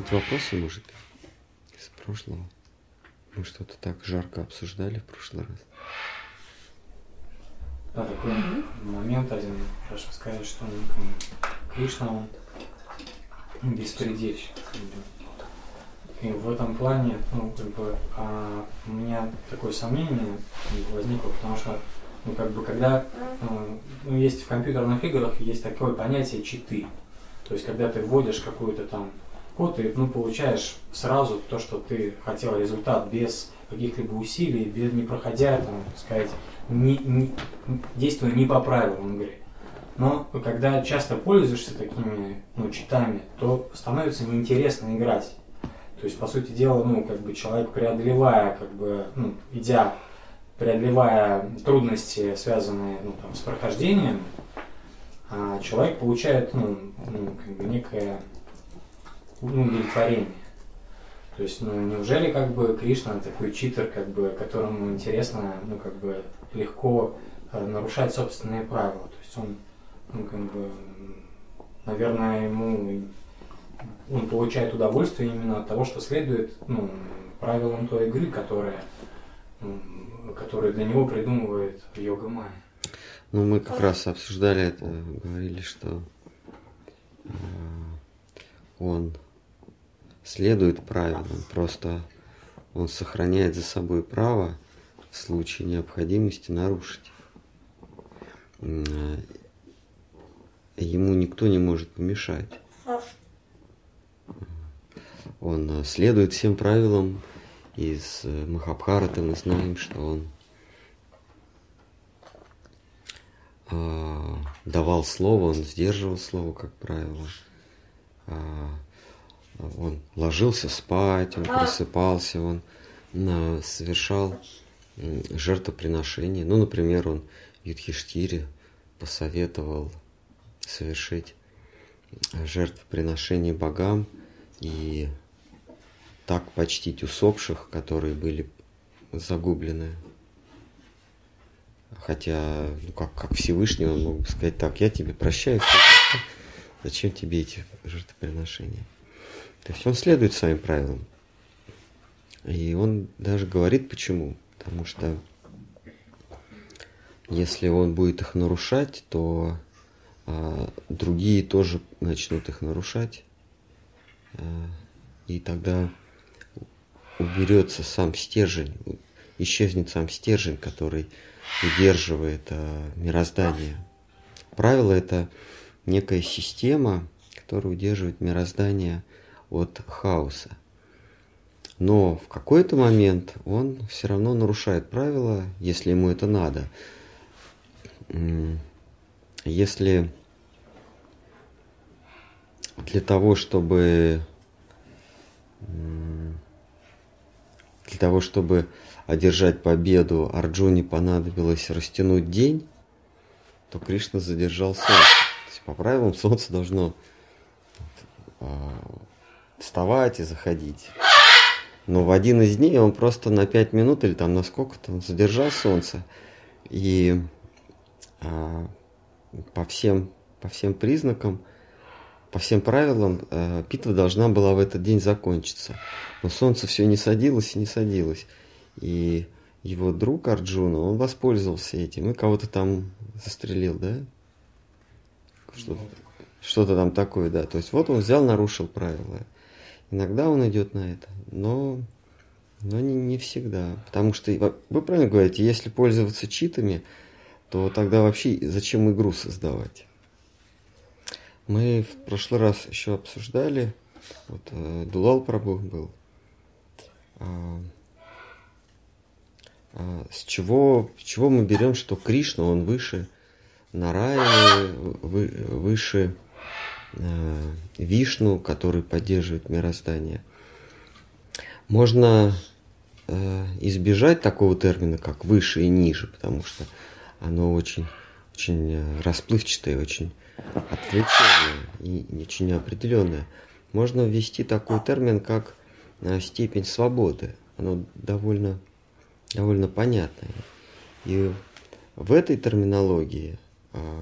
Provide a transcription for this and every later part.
Какие-нибудь вопросы, может, из прошлого? Мы что-то так жарко обсуждали в прошлый раз. Да, такой момент один, хорошо сказать, что Кришна, он беспредельщик. И в этом плане, у меня такое сомнение возникло, потому что, когда есть в компьютерных играх есть такое понятие читы. То есть, когда ты вводишь какую-то там код, ты получаешь сразу то, что ты хотел, результат без каких-либо усилий, не проходя, действуя не по правилам игры. Но когда часто пользуешься такими читами, то становится неинтересно играть. То есть, по сути дела, человек, преодолевая трудности, связанные с прохождением, человек получает некое удовлетворение. То есть, неужели Кришна такой читер, которому интересно, легко нарушать собственные правила. То есть он, наверное, он получает удовольствие именно от того, что следует правилам той игры, которые для него придумывает йога-майя. Мы как раз обсуждали это, говорили, что он следует правилам, просто он сохраняет за собой право в случае необходимости нарушить. Ему никто не может помешать. Он следует всем правилам. Из Махабхараты мы знаем, что он давал слово, он сдерживал слово, как правило. Он ложился спать, он просыпался, он совершал жертвоприношения. Например, он Юдхиштире посоветовал совершить жертвоприношение богам и так почтить усопших, которые были загублены. Хотя, как Всевышний, он мог бы сказать: так, я тебе прощаю, зачем тебе эти жертвоприношения? То есть он следует своим правилам. И он даже говорит, почему. Потому что если он будет их нарушать, то другие тоже начнут их нарушать. И тогда уберется сам стержень, исчезнет сам стержень, который удерживает мироздание. Правило – это некая система, которая удерживает мироздание от хаоса. Но в какой-то момент он все равно нарушает правила, если ему это надо. Если для того, чтобы одержать победу, Арджуне понадобилось растянуть день, то Кришна задержал солнце. То есть, по правилам солнце должно вставать и заходить. Но в один из дней он просто на 5 минут или на сколько-то он задержал солнце. И по всем признакам, по всем правилам битва должна была в этот день закончиться. Но солнце все не садилось и не садилось. И его друг Арджуна, он воспользовался этим и кого-то там застрелил, да? Что-то там такое, да. То есть вот он взял, нарушил правила. Иногда он идет на это, но не всегда. Потому что, вы правильно говорите, если пользоваться читами, то тогда вообще зачем игру создавать? Мы в прошлый раз еще обсуждали, Дулал Прабху был, с чего мы берем, что Кришна, он выше Нараяны, выше Вишну, который поддерживает мироздание. Можно избежать такого термина, как выше и ниже, потому что оно очень расплывчатое, очень отвлеченное и очень неопределенное. Можно ввести такой термин, как степень свободы. Оно довольно понятное. И в этой терминологии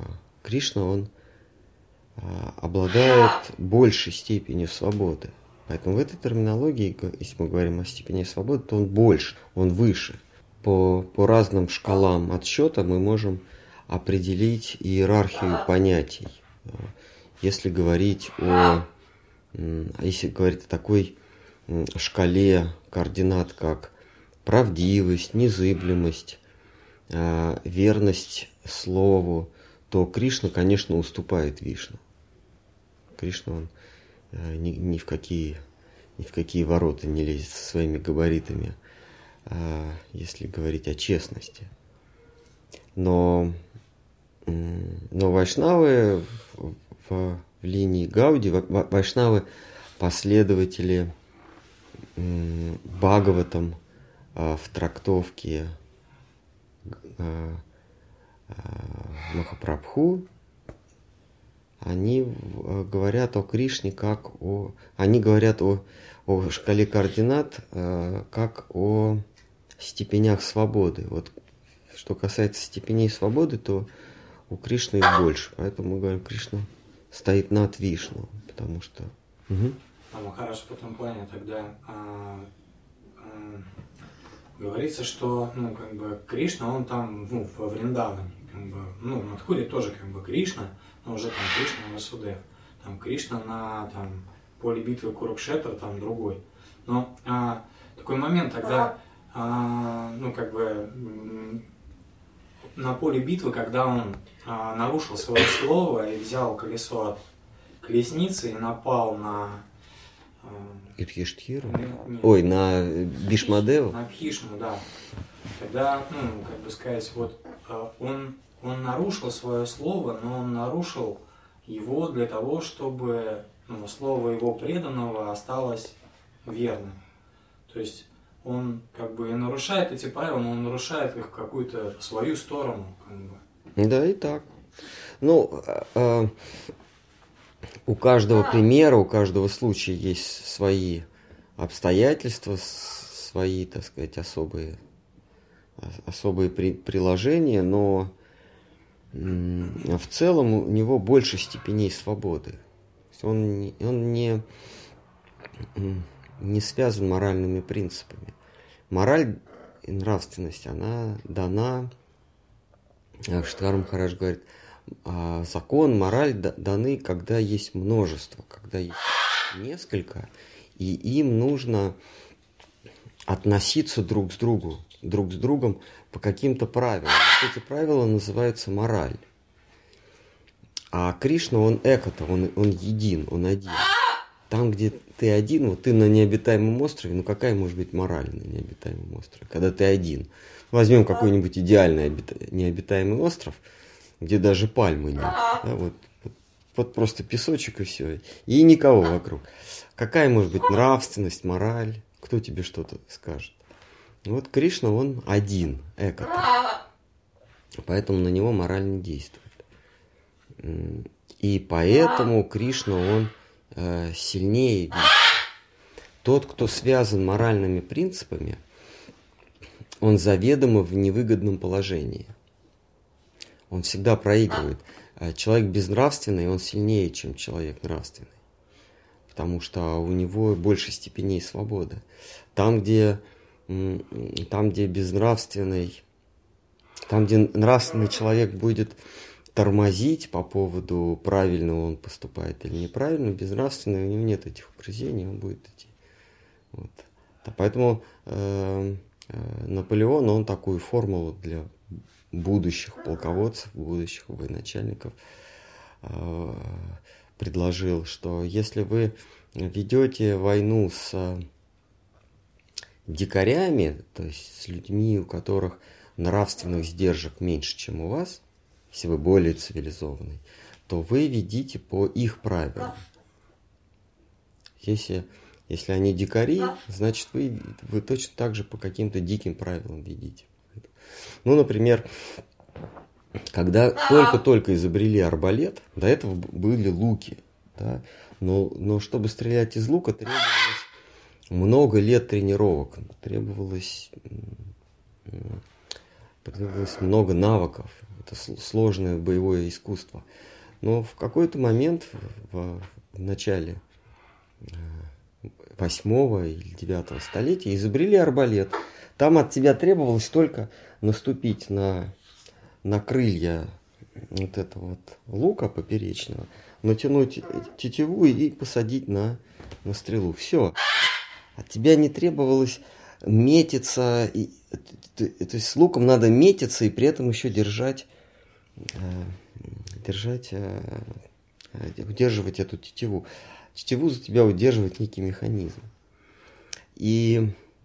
Кришна, он обладает большей степенью свободы, Поэтому в этой терминологии, если мы говорим о степени свободы, то он больше, он выше. По разным шкалам отсчета мы можем определить иерархию понятий. Если говорить о такой шкале координат, как правдивость, незыблемость, верность слову, то Кришна, конечно, уступает Вишну. Кришна, он ни в какие ворота не лезет со своими габаритами, если говорить о честности. Но вайшнавы в линии Гауди, вайшнавы последователи Бхагаватам в трактовке Махапрабху, они говорят о Кришне они говорят о шкале координат как о степенях свободы. Вот что касается степеней свободы, то у Кришны их больше. Поэтому мы говорим, Кришна стоит над Вишну, потому что... Махарадж в этом плане тогда говорится, что Кришна, он там во Вриндаване, в Мадхуре тоже Кришна, но уже там Кришна на Васудев, там Кришна на поле битвы Курукшетра, там другой. Но такой момент тогда, на поле битвы, когда он нарушил свое слово и взял колесо от колесницы и напал на... Юдхиштхиру? Ой, на Бишмадеву? На Бхишму, да. Тогда, сказать, он нарушил свое слово, но он нарушил его для того, чтобы слово его преданного осталось верным. То есть он и нарушает эти правила, но он нарушает их в какую-то свою сторону. Да, и так. У каждого примера, у каждого случая есть свои обстоятельства, свои, так сказать, особые приложения, но в целом у него больше степеней свободы. Он не связан моральными принципами. Мораль и нравственность, она дана, Штхар Махарадж говорит, закон, мораль даны, когда есть множество, когда есть несколько, и им нужно относиться друг с другом по каким-то правилам. Вот эти правила называются мораль. А Кришна, он эката, он един, он один. Там, где ты один, вот ты на необитаемом острове, какая может быть мораль на необитаемом острове, когда ты один? Возьмем какой-нибудь идеальный необитаемый остров, где даже пальмы нет. Да, вот просто песочек и все. И никого вокруг. Какая может быть нравственность, мораль? Кто тебе что-то скажет? Вот Кришна, он один, эката. Поэтому на него мораль не действует. И поэтому Кришна, он сильнее. Тот, кто связан моральными принципами, он заведомо в невыгодном положении. Он всегда проигрывает. Человек безнравственный, он сильнее, чем человек нравственный. Потому что у него больше степеней свободы. Там, где безнравственный, там, где нравственный человек будет тормозить по поводу, правильно он поступает или неправильно, безнравственный, у него нет этих угрызений, он будет идти. Вот. Поэтому Наполеон, он такую формулу для будущих полководцев, будущих военачальников предложил, что если вы ведете войну с дикарями, то есть с людьми, у которых нравственных сдержек меньше, чем у вас, если вы более цивилизованный, то вы ведите по их правилам. Если они дикари, значит вы точно так же по каким-то диким правилам ведите. Например, когда только-только изобрели арбалет, до этого были луки, да? Но чтобы стрелять из лука, требовалось много лет тренировок, требовалось много навыков. Это сложное боевое искусство. Но в какой-то момент в начале 8 или 9 столетия изобрели арбалет. Там от тебя требовалось только наступить на крылья вот этого вот лука поперечного, натянуть тетиву и посадить на стрелу. Все. От тебя не требовалось метиться. То есть с луком надо метиться и при этом еще удерживать эту тетиву. Тетиву за тебя удерживает некий механизм. И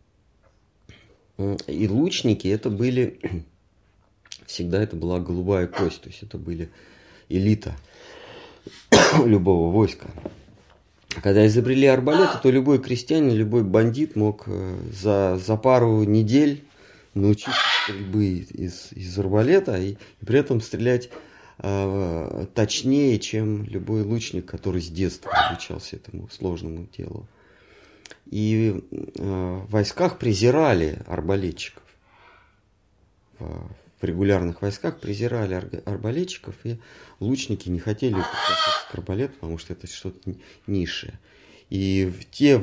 лучники это были, всегда это была голубая кость, то есть это были элита любого войска. Когда изобрели арбалеты, то любой крестьянин, любой бандит мог за пару недель научиться стрельбы из арбалета и при этом стрелять точнее, чем любой лучник, который с детства обучался этому сложному делу. И в войсках презирали арбалетчиков. В регулярных войсках презирали арбалетчиков, и лучники не хотели прикасаться к арбалету, потому что это что-то низшее. И те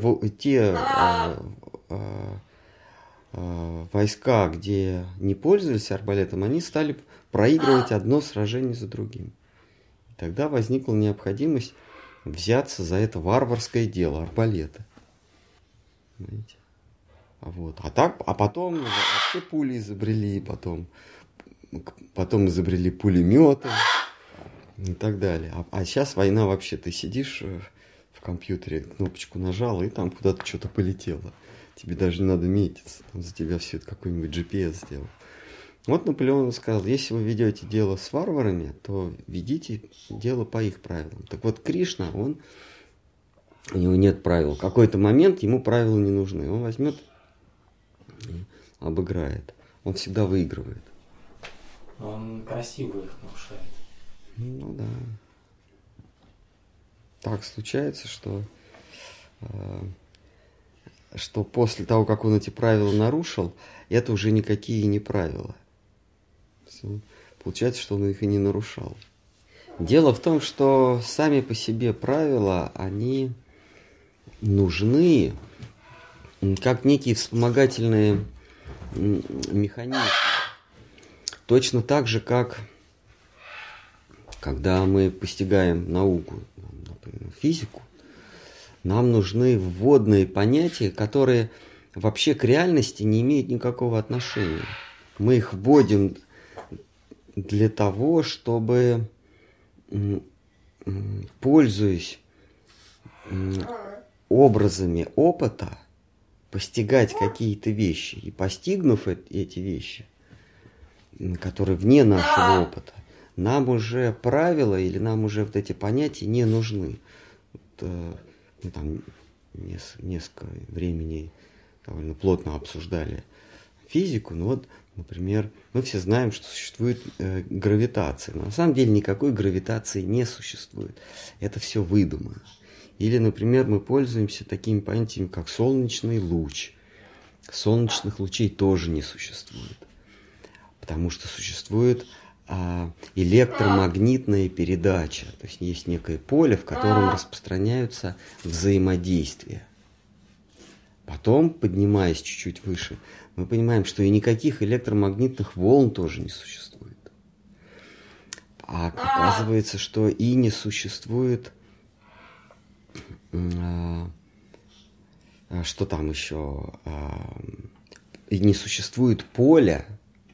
войска, где не пользовались арбалетом, они стали проигрывать одно сражение за другим. И тогда возникла необходимость взяться за это варварское дело арбалета. Понимаете? А потом вообще пули изобрели, потом изобрели пулеметы и так далее. А сейчас война вообще, ты сидишь в компьютере, кнопочку нажал, и там куда-то что-то полетело. Тебе даже не надо метиться, там за тебя все это какой-нибудь GPS сделал. Вот Наполеон сказал, если вы ведете дело с варварами, то ведите дело по их правилам. Так вот, Кришна, у него нет правил. В какой-то момент ему правила не нужны. Он возьмет и обыграет. Он всегда выигрывает. Он красиво их нарушает. Ну да. Так случается, что после того, как он эти правила нарушил, это уже никакие не правила. Получается, что он их и не нарушал. Дело в том, что сами по себе правила, они нужны как некие вспомогательные механизмы. Точно так же, как когда мы постигаем науку, например, физику, нам нужны вводные понятия, которые вообще к реальности не имеют никакого отношения. Мы их вводим для того, чтобы, пользуясь образами опыта, постигать какие-то вещи. И постигнув эти вещи, которые вне нашего опыта, нам уже правила или нам уже вот эти понятия не нужны. Мы там несколько времени довольно плотно обсуждали физику. Ну вот, например, мы все знаем, что существует гравитация. Но на самом деле никакой гравитации не существует. Это все выдумано. Или, например, мы пользуемся такими понятиями, как солнечный луч. Солнечных лучей тоже не существует. Потому что существует электромагнитная передача. То есть есть некое поле, в котором распространяются взаимодействия. Потом, поднимаясь чуть-чуть выше, мы понимаем, что и никаких электромагнитных волн тоже не существует. А оказывается, что и не существует... Что там еще? И не существует поля.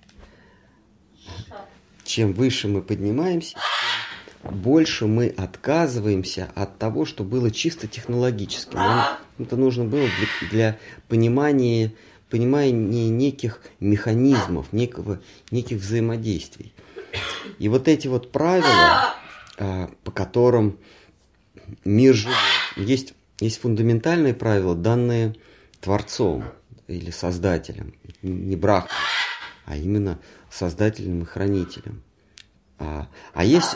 Чем выше мы поднимаемся, тем больше мы отказываемся от того, что было чисто технологически. Нам это нужно было для понимания неких механизмов, неких взаимодействий. И вот эти вот правила, по которым мир живет, есть фундаментальные правила, данные Творцом или Создателем, не Брахмой, а именно Создателем и Хранителем. А есть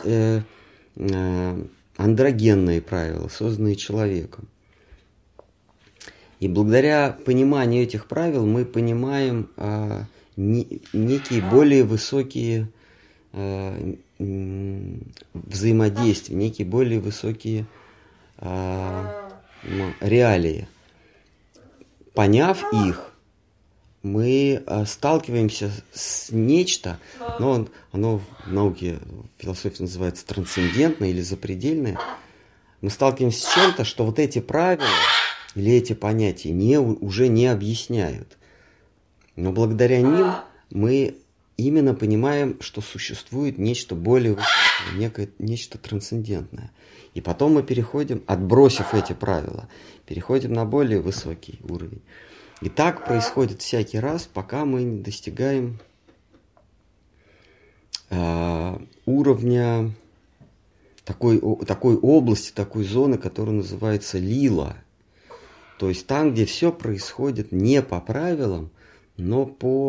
андрогенные правила, созданные человеком. И благодаря пониманию этих правил мы понимаем некие более высокие взаимодействия, некие более высокие реалии. поняв их, мы сталкиваемся с нечто, но оно в науке, в философии называется трансцендентное или запредельное. Мы сталкиваемся с чем-то, что вот эти правила или эти понятия уже не объясняют. Но благодаря ним мы именно понимаем, что существует нечто более высокое, нечто трансцендентное. И потом мы переходим, отбросив эти правила, переходим на более высокий уровень. И так происходит всякий раз, пока мы не достигаем уровня такой области, такой зоны, которая называется лила. То есть там, где все происходит не по правилам, но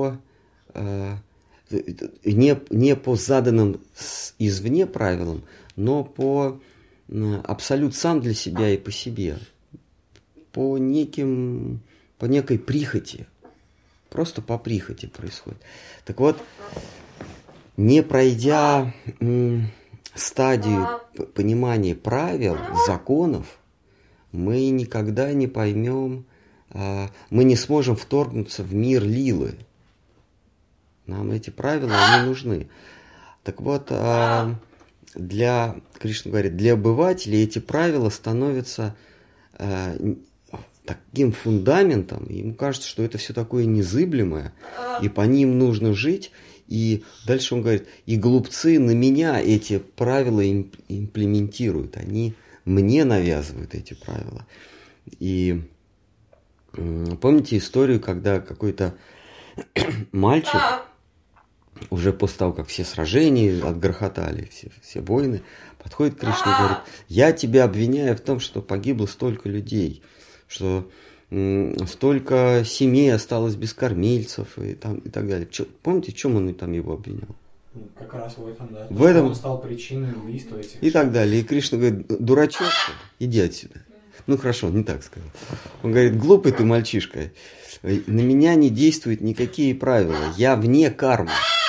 не по заданным извне правилам, но по абсолют сам для себя и по себе, по некой прихоти, просто по прихоти происходит. Так вот, не пройдя стадию понимания правил, законов, мы никогда не поймем, мы не сможем вторгнуться в мир лилы. Нам эти правила не нужны. Так вот, Кришна говорит, для обывателей эти правила становятся таким фундаментом, и ему кажется, что это все такое незыблемое, и по ним нужно жить. И дальше он говорит, и глупцы на меня эти правила имплементируют, они мне навязывают эти правила. И помните историю, когда какой-то мальчик, уже после того, как все сражения отгрохотали, все войны, подходит к Кришне и говорит, я тебя обвиняю в том, что погибло столько людей, что столько семей осталось без кормильцев и так далее. Помните, в чем он там его обвинял? Как раз в этом, да. В этом он стал причиной убийства этих. И так далее. И Кришна говорит, дурачок, иди отсюда. Ну хорошо, не так сказал. Он говорит, глупый ты мальчишка, на меня не действуют никакие правила, я вне кармы.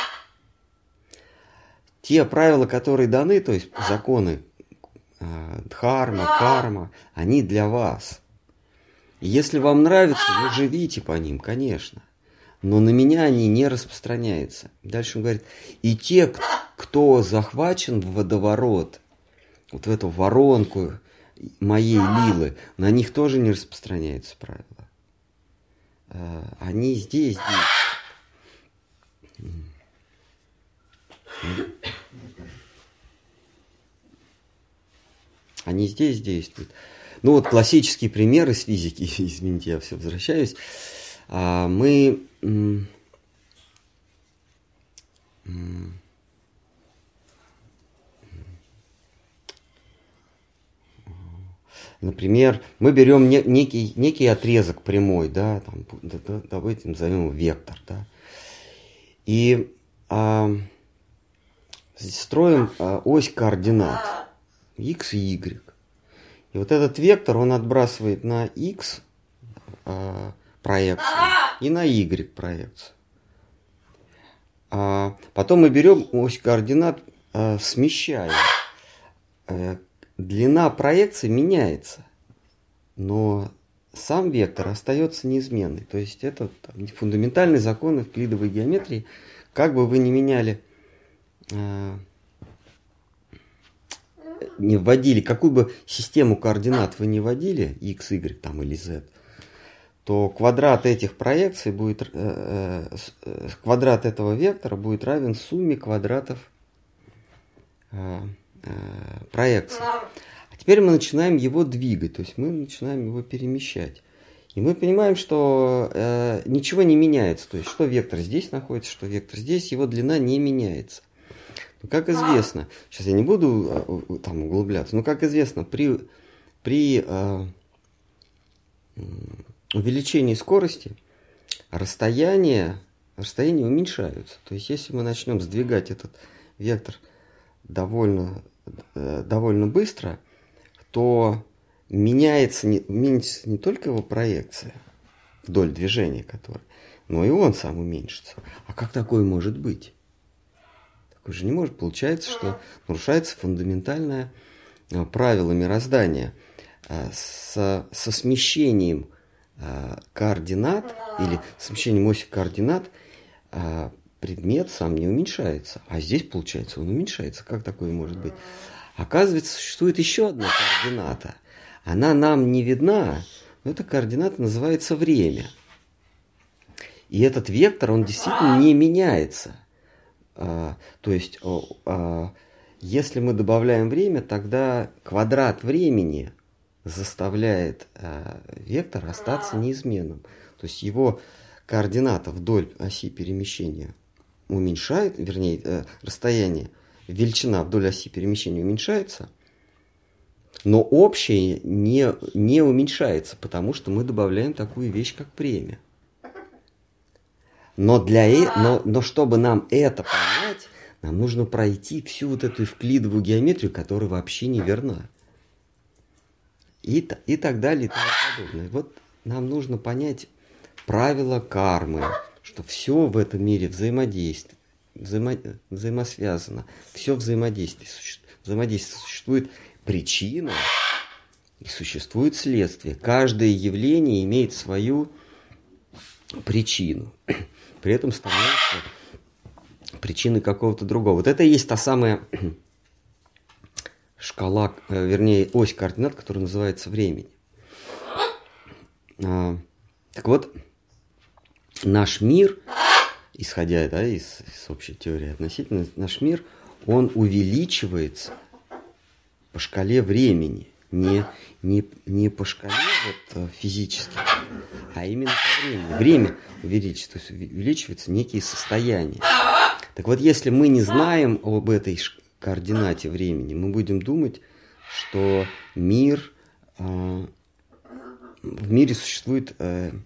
Те правила, которые даны, то есть законы дхарма, карма, они для вас. И если вам нравится, вы живите по ним, конечно. Но на меня они не распространяются. Дальше он говорит, и те, кто захвачен в водоворот, вот в эту воронку моей лилы, на них тоже не распространяются правила. Они здесь действуют. Они здесь действуют. Ну вот классический пример из физики, извините, я все возвращаюсь. Мы например, мы берем некий отрезок прямой, да, там, давайте назовем его вектор, да, и строим ось координат x и y. И вот этот вектор, он отбрасывает на x проекцию и на y проекцию. Потом мы берем ось координат, смещаем. Длина проекции меняется, но сам вектор остается неизменный. То есть это фундаментальные законы евклидовой геометрии. Как бы вы ни меняли, не вводили, какую бы систему координат вы не вводили, x, y там, или z, то квадрат этих проекций будет, квадрат этого вектора будет равен сумме квадратов проекции. А теперь мы начинаем его двигать, то есть мы начинаем его перемещать. И мы понимаем, что ничего не меняется. То есть, что вектор здесь находится, что вектор здесь, его длина не меняется. Но как известно, сейчас я не буду там углубляться, но как известно, при увеличении скорости расстояния уменьшаются. То есть, если мы начнем сдвигать этот вектор довольно быстро, то меняется не только его проекция вдоль движения которой, но и он сам уменьшится. А как такое может быть? Такое же не может. Получается, что нарушается фундаментальное правило мироздания. Со смещением координат или смещением оси координат предмет сам не уменьшается. А здесь, получается, он уменьшается. Как такое может быть? Оказывается, существует еще одна координата. Она нам не видна, но эта координата называется время. И этот вектор, он действительно не меняется. То есть, если мы добавляем время, тогда квадрат времени заставляет вектор остаться неизменным. То есть его координата вдоль оси перемещения уменьшает, вернее, расстояние, величина вдоль оси перемещения уменьшается, но общее не уменьшается, потому что мы добавляем такую вещь, как время. Но чтобы нам это понять, нам нужно пройти всю вот эту евклидовую геометрию, которая вообще не верна. И так далее, и тому подобное. Вот нам нужно понять правила кармы, что все в этом мире взаимосвязано, все взаимодействие существует причина и существует следствие. Каждое явление имеет свою причину, при этом становится причиной какого-то другого. Вот это и есть та самая шкала, вернее, ось координат, которая называется времени. Так вот, наш мир, исходя из общей теории относительности, наш мир, он увеличивается по шкале времени. Не по шкале физически, а именно по времени. Время увеличивается, то есть увеличиваются некие состояния. Так вот, если мы не знаем об этой координате времени, мы будем думать, что в мире существует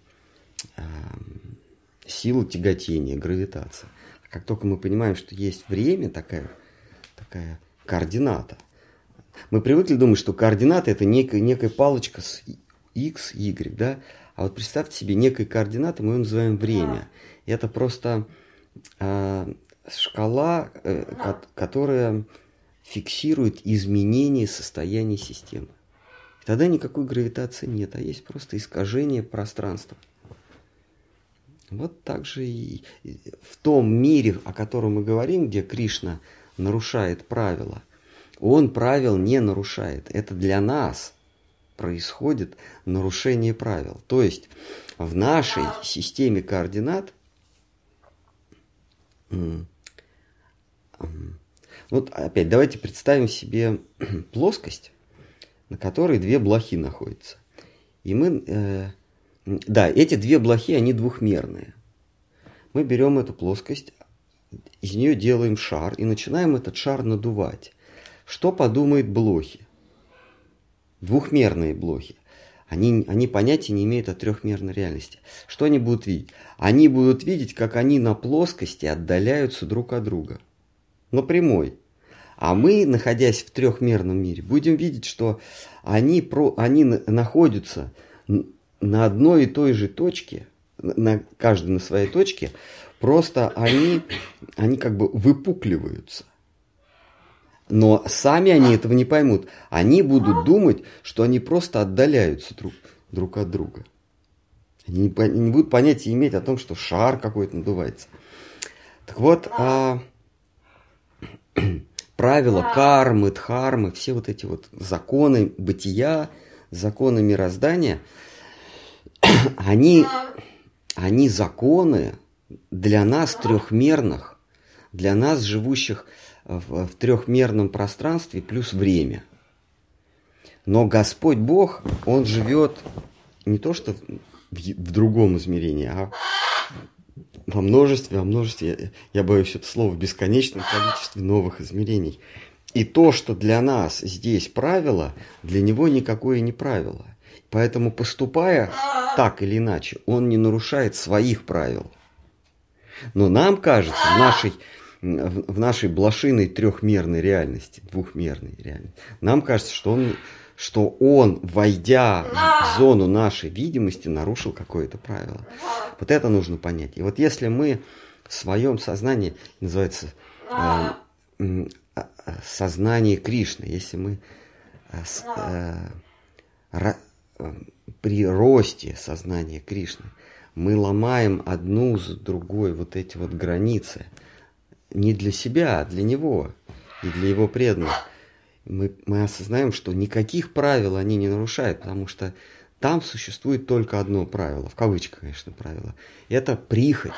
сила тяготения, гравитация. Как только мы понимаем, что есть время, такая координата, мы привыкли думать, что координата это некая палочка с x, y, да? А вот представьте себе некой координаты, мы ее называем время. И это просто шкала, которая фиксирует изменение состояния системы. И тогда никакой гравитации нет, а есть просто искажение пространства. Вот так же и в том мире, о котором мы говорим, где Кришна нарушает правила, он правил не нарушает. Это для нас происходит нарушение правил. То есть в нашей системе координат, вот опять давайте представим себе плоскость, на которой две блохи находятся. И мы, эти две блохи, они двухмерные. Мы берем эту плоскость, из нее делаем шар и начинаем этот шар надувать. Что подумают блохи? Двухмерные блохи. Они понятия не имеют о трехмерной реальности. Что они будут видеть? Они будут видеть, как они на плоскости отдаляются друг от друга. На прямой. А мы, находясь в трехмерном мире, будем видеть, что они находятся на одной и той же точке, каждый на своей точке, просто они как бы выпукливаются. Но сами они этого не поймут. Они будут думать, что они просто отдаляются друг от друга. Они не будут понятия иметь о том, что шар какой-то надувается. Так вот, правила кармы, дхармы, все вот эти вот законы бытия, законы мироздания, они законы для нас трехмерных, для нас, живущих в трехмерном пространстве плюс время. Но Господь Бог, Он живет не то что в другом измерении, а во множестве, я боюсь это слово, в бесконечном количестве новых измерений. И то, что для нас здесь правило, для Него никакое не правило. Поэтому, поступая так или иначе, Он не нарушает своих правил. Но нам кажется, в нашей блошиной трехмерной реальности, двухмерной реальности, нам кажется, что он, войдя в зону нашей видимости, нарушил какое-то правило. Вот это нужно понять. И вот если мы в своем сознании, называется сознание Кришны, если мы при росте сознания Кришны мы ломаем одну за другой вот эти вот границы. Не для себя, а для него и для его преданных. Мы осознаем, что никаких правил они не нарушают, потому что там существует только одно правило, в кавычках, конечно, правило. Это прихоть.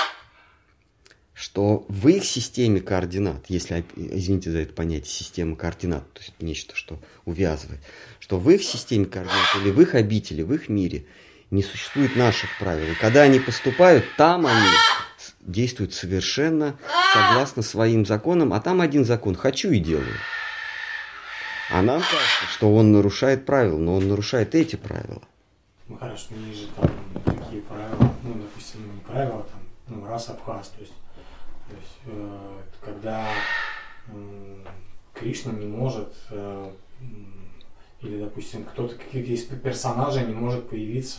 Что в их системе координат, если, извините за это понятие, система координат, то есть нечто, что увязывает, что в их системе координат или в их обители, в их мире не существует наших правил. И когда они поступают, там они действуют совершенно согласно своим законам, а там один закон – хочу и делаю. А нам кажется, что он нарушает правила, но он нарушает эти правила. Ну хорошо, но есть же там такие правила, ну, допустим, не правила, там, ну, раз обхаз, то есть когда Кришна не может, или, допустим, какие-то из персонажей не может появиться,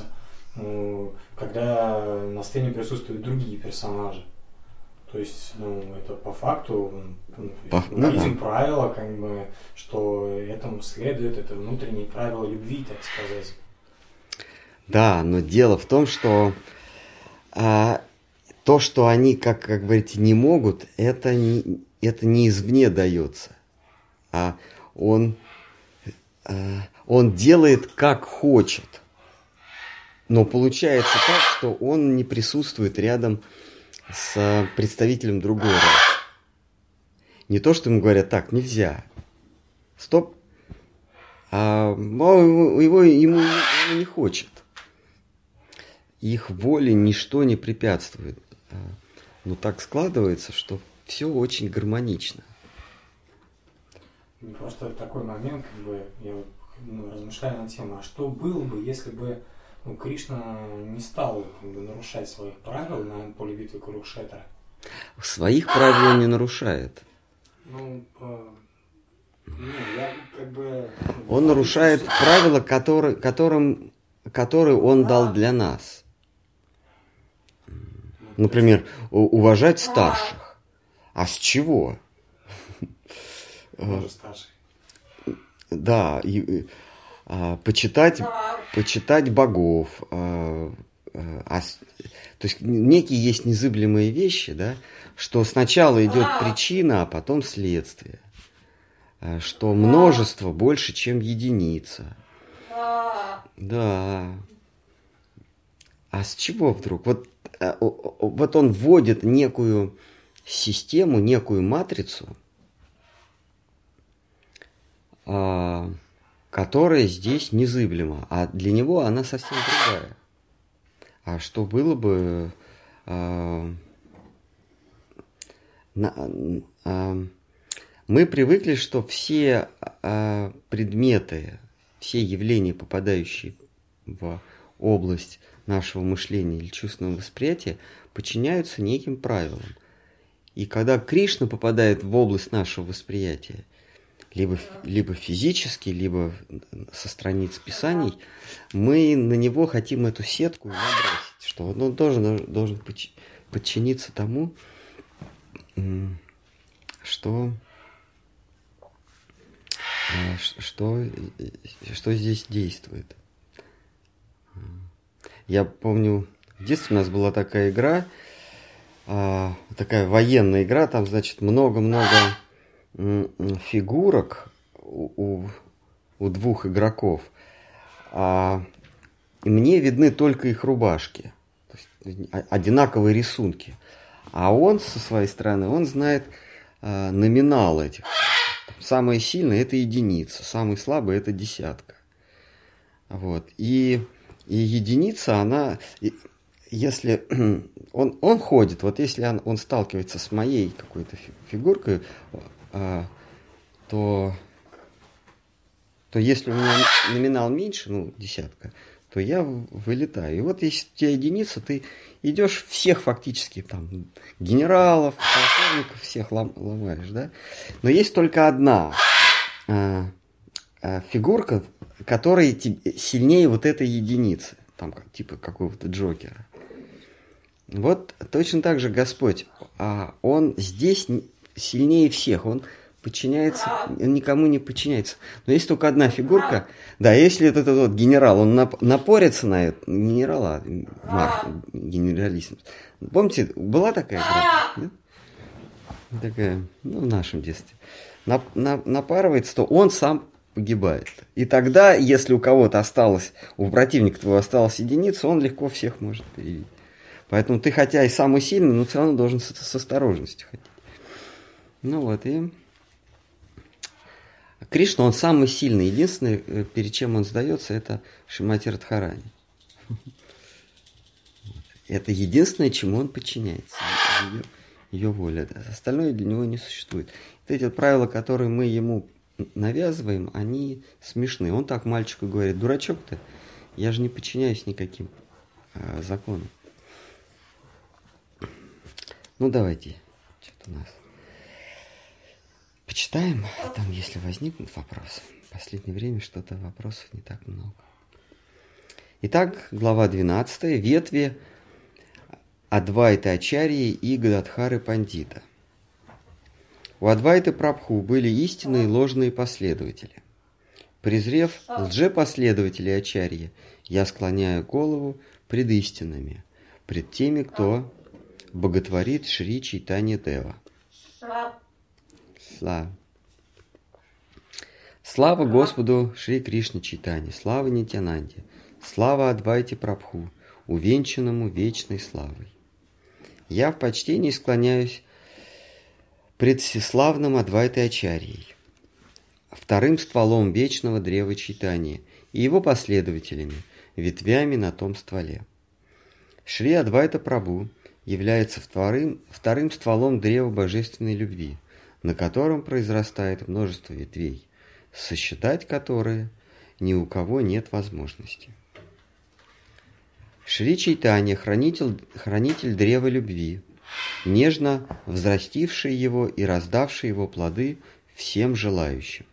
когда на сцене присутствуют другие персонажи. То есть, это по факту, мы видим правила, как бы, что этому следует, это внутренние правила любви, так сказать. Да, но дело в том, что то, что они, как говорите, не могут, это не извне дается. А он делает как хочет. Но получается так, что он не присутствует рядом с представителем другой расы. Не то, что ему говорят, так, нельзя. Стоп. А ему не хочет. Их воле ничто не препятствует. Но так складывается, что все очень гармонично. Просто такой момент, как бы, я размышляю на тему, а что было бы, если бы Кришна не стал, как бы, нарушать своих правил на поле битвы Курукшетра? Своих правил он не нарушает. Он нарушает правила, которые он дал для нас. Например, уважать старших. А с чего? Да, почитать богов. То есть некие есть незыблемые вещи, да, что сначала идет причина, а потом следствие. Что множество больше, чем единица. Да. А с чего вдруг? Вот он вводит некую систему, некую матрицу, которая здесь незыблема, а для него она совсем другая. А что было бы... Мы привыкли, что все предметы, все явления, попадающие в область нашего мышления или чувственного восприятия, подчиняются неким правилам. И когда Кришна попадает в область нашего восприятия, либо физически, либо со страниц писаний, мы на него хотим эту сетку набросить, что он должен подчиниться тому, что здесь действует. Я помню, в детстве у нас была такая игра, такая военная игра, там, значит, много-много фигурок у двух игроков, и мне видны только их рубашки, то есть одинаковые рисунки. А он, со своей стороны, он знает номинал этих. Самое сильное – это единица, самый слабый – это десятка. Вот. И единица, она, если он ходит, вот если он сталкивается с моей какой-то фигуркой, то если у меня номинал меньше, десятка, то я вылетаю. И вот если у тебя единица, ты идешь всех фактически, там, генералов, полковников, всех ломаешь, да? Но есть только одна фигурка, которая сильнее вот этой единицы, там, типа какого-то Джокера. Вот точно так же Господь, он здесь сильнее всех, он подчиняется, он никому не подчиняется. Но есть только одна фигурка. Да, если этот вот генерал, он напорится на это, генерал, а генералиссимус. Помните, была такая игра? Нет? Такая, ну, в нашем детстве. Напарывается, то он сам погибает. И тогда, если у кого-то осталось, у противника твоего осталась единица, он легко всех может перебить. Поэтому ты, хотя и самый сильный, но все равно должен с осторожностью ходить. Ну вот, и Кришна, он самый сильный. Единственное, перед чем он сдается, это Шримати Радхарани. Это единственное, чему он подчиняется. Ее воля. Остальное для него не существует. Вот эти вот правила, которые мы ему навязываем, они смешны. Он так мальчику говорит: дурачок ты, я же не подчиняюсь никаким законам. Ну, давайте. Что-то у нас. Почитаем, там, если возникнут вопросы. В последнее время что-то вопросов не так много. Итак, глава 12. Ветви Адвайты Ачарьи и Гададхары Пандита. У Адвайты Прабху были истинные и ложные последователи. Презрев лжепоследователей Ачарьи, я склоняю голову пред истинными, пред теми, кто боготворит Шри Чайтанья Дева. Слава Господу Шри Кришне Чайтанье, слава Нитьянанде, слава Адвайте Прабху, увенчанному вечной славой. Я в почтении склоняюсь пред всеславным Адвайтой Ачарьей, вторым стволом вечного древа Чайтаньи и его последователями, ветвями на том стволе. Шри Адвайта Прабху является вторым стволом древа божественной любви, на котором произрастает множество ветвей, сосчитать которые ни у кого нет возможности. Шри Чайтанья, хранитель древа любви, нежно взрастивший его и раздавший его плоды всем желающим.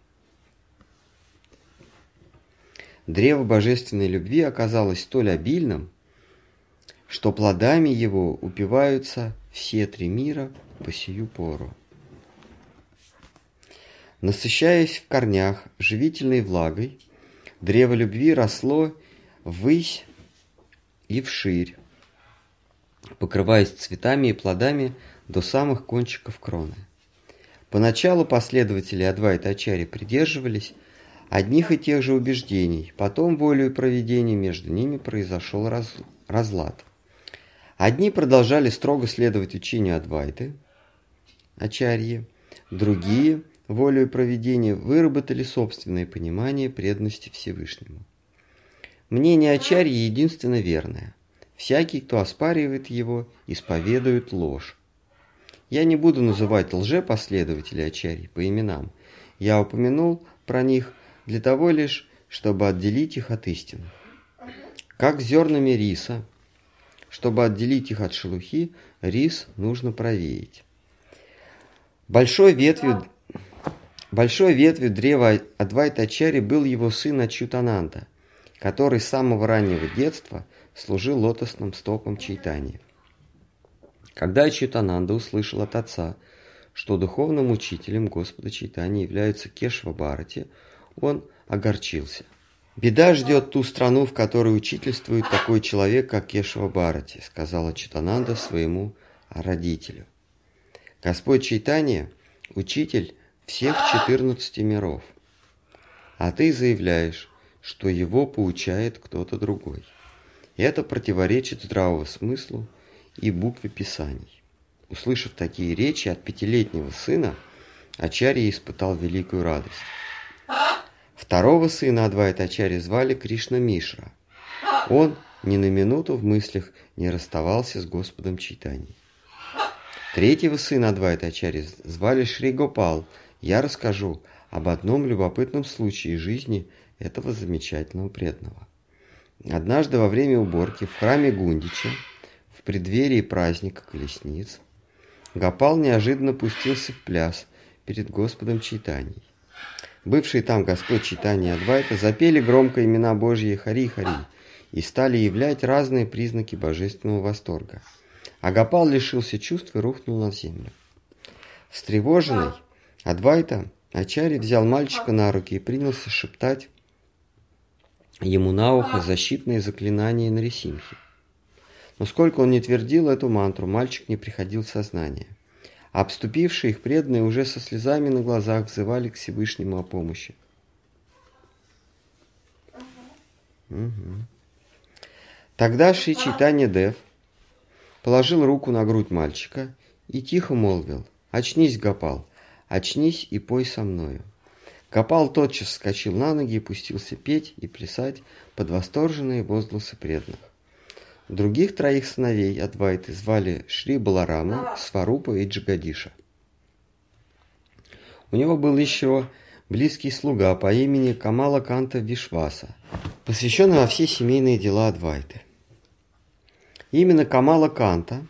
Древо божественной любви оказалось столь обильным, что плодами его упиваются все три мира по сию пору. Насыщаясь в корнях живительной влагой, древо любви росло ввысь и вширь, покрываясь цветами и плодами до самых кончиков кроны. Поначалу последователи Адвайта Ачарьи придерживались одних и тех же убеждений, потом волею провидения между ними произошел разлад. Одни продолжали строго следовать учению Адвайты Ачарьи, другие, волею провидения, выработали собственное понимание преданности Всевышнему. Мнение Ачарьи единственно верное. Всякий, кто оспаривает его, исповедует ложь. Я не буду называть лжепоследователей Ачарьи по именам. Я упомянул про них для того лишь, чтобы отделить их от истины. Как зернами риса, чтобы отделить их от шелухи, рис нужно провеять. Большой ветвью древа Адвайта Ачарьи был его сын Ачютананда, который с самого раннего детства служил лотосным стопам Чайтаньи. Когда Ачютананда услышал от отца, что духовным учителем Господа Чайтаньи является Кешава Бхарати, он огорчился. «Беда ждет ту страну, в которой учительствует такой человек, как Кешава Бхарати», сказал Ачютананда своему родителю. Господь Чайтанья – учитель всех 14 миров, а ты заявляешь, что его поучает кто-то другой. Это противоречит здравому смыслу и букве Писаний. Услышав такие речи от 5-летнего сына, Ачарья испытал великую радость. Второго сына Адвайта Ачарьи звали Кришна Мишра. Он ни на минуту в мыслях не расставался с Господом Чайтаньей. Третьего сына Адвайта Ачарьи звали Шри Гопал. Я расскажу об одном любопытном случае жизни этого замечательного преданного. Однажды во время уборки в храме Гундича, в преддверии праздника колесниц, Гопал неожиданно пустился в пляс перед Господом Чайтаньей. Бывшие там Господь Чайтанья и Адвайта запели громко имена Божьи Хари-Хари и стали являть разные признаки божественного восторга. А Гопал лишился чувств и рухнул на землю. Встревоженный, Адвайта Ачарья взял мальчика на руки и принялся шептать ему на ухо защитные заклинания Нарисимхи. Но сколько он не твердил эту мантру, мальчик не приходил в сознание. А обступившие их преданные уже со слезами на глазах взывали к Всевышнему о помощи. Тогда Шри Чайтанья Дев положил руку на грудь мальчика и тихо молвил: «Очнись, Гопал, очнись и пой со мною». Гопал тотчас вскочил на ноги и пустился петь и плясать под восторженные возгласы преданных. Других троих сыновей Адвайты звали Шри Баларама, Сварупа и Джагадиша. У него был еще близкий слуга по имени Камала Канта Вишваса, посвященный во все семейные дела Адвайты. Именно Камала Канта,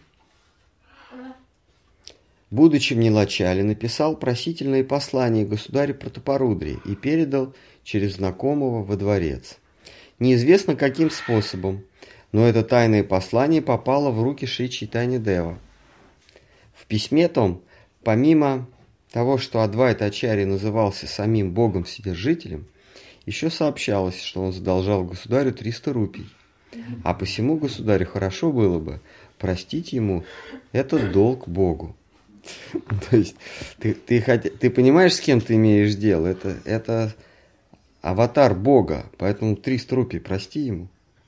будучи в Нилачале, написал просительное послание государю Пратапарудре и передал через знакомого во дворец. Неизвестно каким способом, но это тайное послание попало в руки Шри Чайтаньи Дева. В письме том, помимо того, что Адвайта Ачарья назывался самим Богом-Вседержителем, еще сообщалось, что он задолжал государю 300 рупий, а посему государю хорошо было бы простить ему этот долг Богу. То есть ты понимаешь, с кем ты имеешь дело? Это аватар Бога, поэтому 300 рупий прости ему.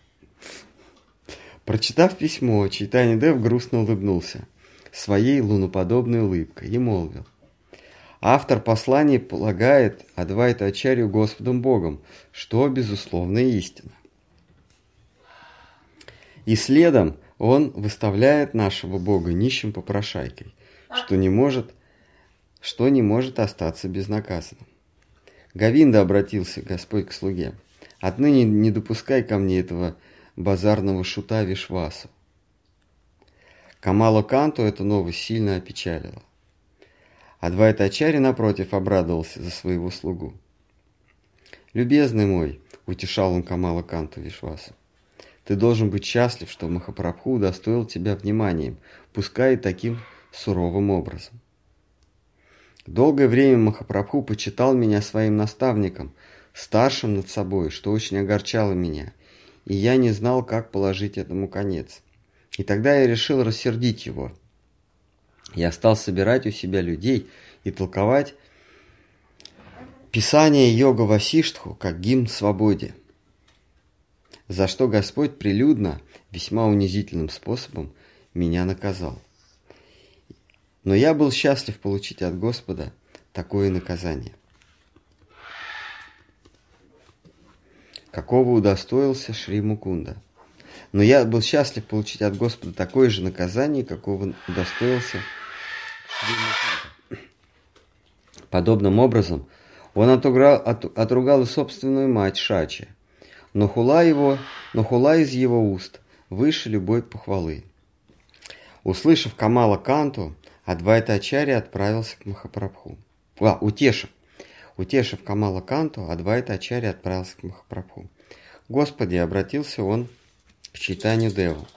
Прочитав письмо, Чайтанья Дев грустно улыбнулся своей луноподобной улыбкой и молвил: автор послания полагает Адвайта Ачарью Господом Богом, что безусловная истина. И следом он выставляет нашего Бога нищим попрошайкой, что не может остаться безнаказанным. Говинда, обратился Господь к слуге: отныне не допускай ко мне этого базарного шута Вишвасу. Камала Канту эта новость сильно опечалила. Адвайта Ачарья, напротив, обрадовался за своего слугу. «Любезный мой», — утешал он Камала Канту Вишвасу, — «ты должен быть счастлив, что Махапрабху удостоил тебя вниманием, пускай и таким суровым образом. Долгое время Махапрабху почитал меня своим наставником, старшим над собой, что очень огорчало меня, и я не знал, как положить этому конец. И тогда я решил рассердить его. Я стал собирать у себя людей и толковать писание Йога Васиштху как гимн свободе, за что Господь прилюдно, весьма унизительным способом, меня наказал. Но я был счастлив получить от Господа такое наказание, какого удостоился Шри Мукунда. Но я был счастлив получить от Господа такое же наказание, какого удостоился Шри Мукунда. Подобным образом он отругал и собственную мать Шачи, но хула из его уст выше любой похвалы. Услышав Камала Канту, Адвайта Ачарья отправился к Махапрабху. Утешив Камала Канту, Адвайта Ачарья отправился к Махапрабху. «Господи», — обратился он к Чайтанью Деву,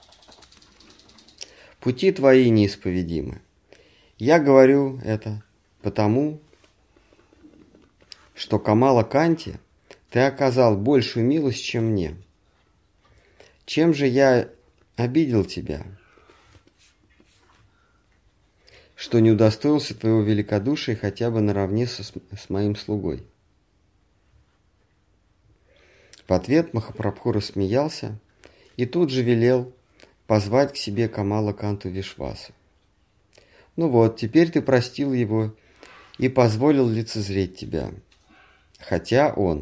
— «пути твои неисповедимы. Я говорю это потому, что Камала Канте ты оказал большую милость, чем мне. Чем же я обидел тебя, что не удостоился твоего великодушия хотя бы наравне с моим слугой?» В ответ Махапрабху рассмеялся и тут же велел позвать к себе Камала Канту Вишвасу. «Ну вот, теперь ты простил его и позволил лицезреть тебя, хотя он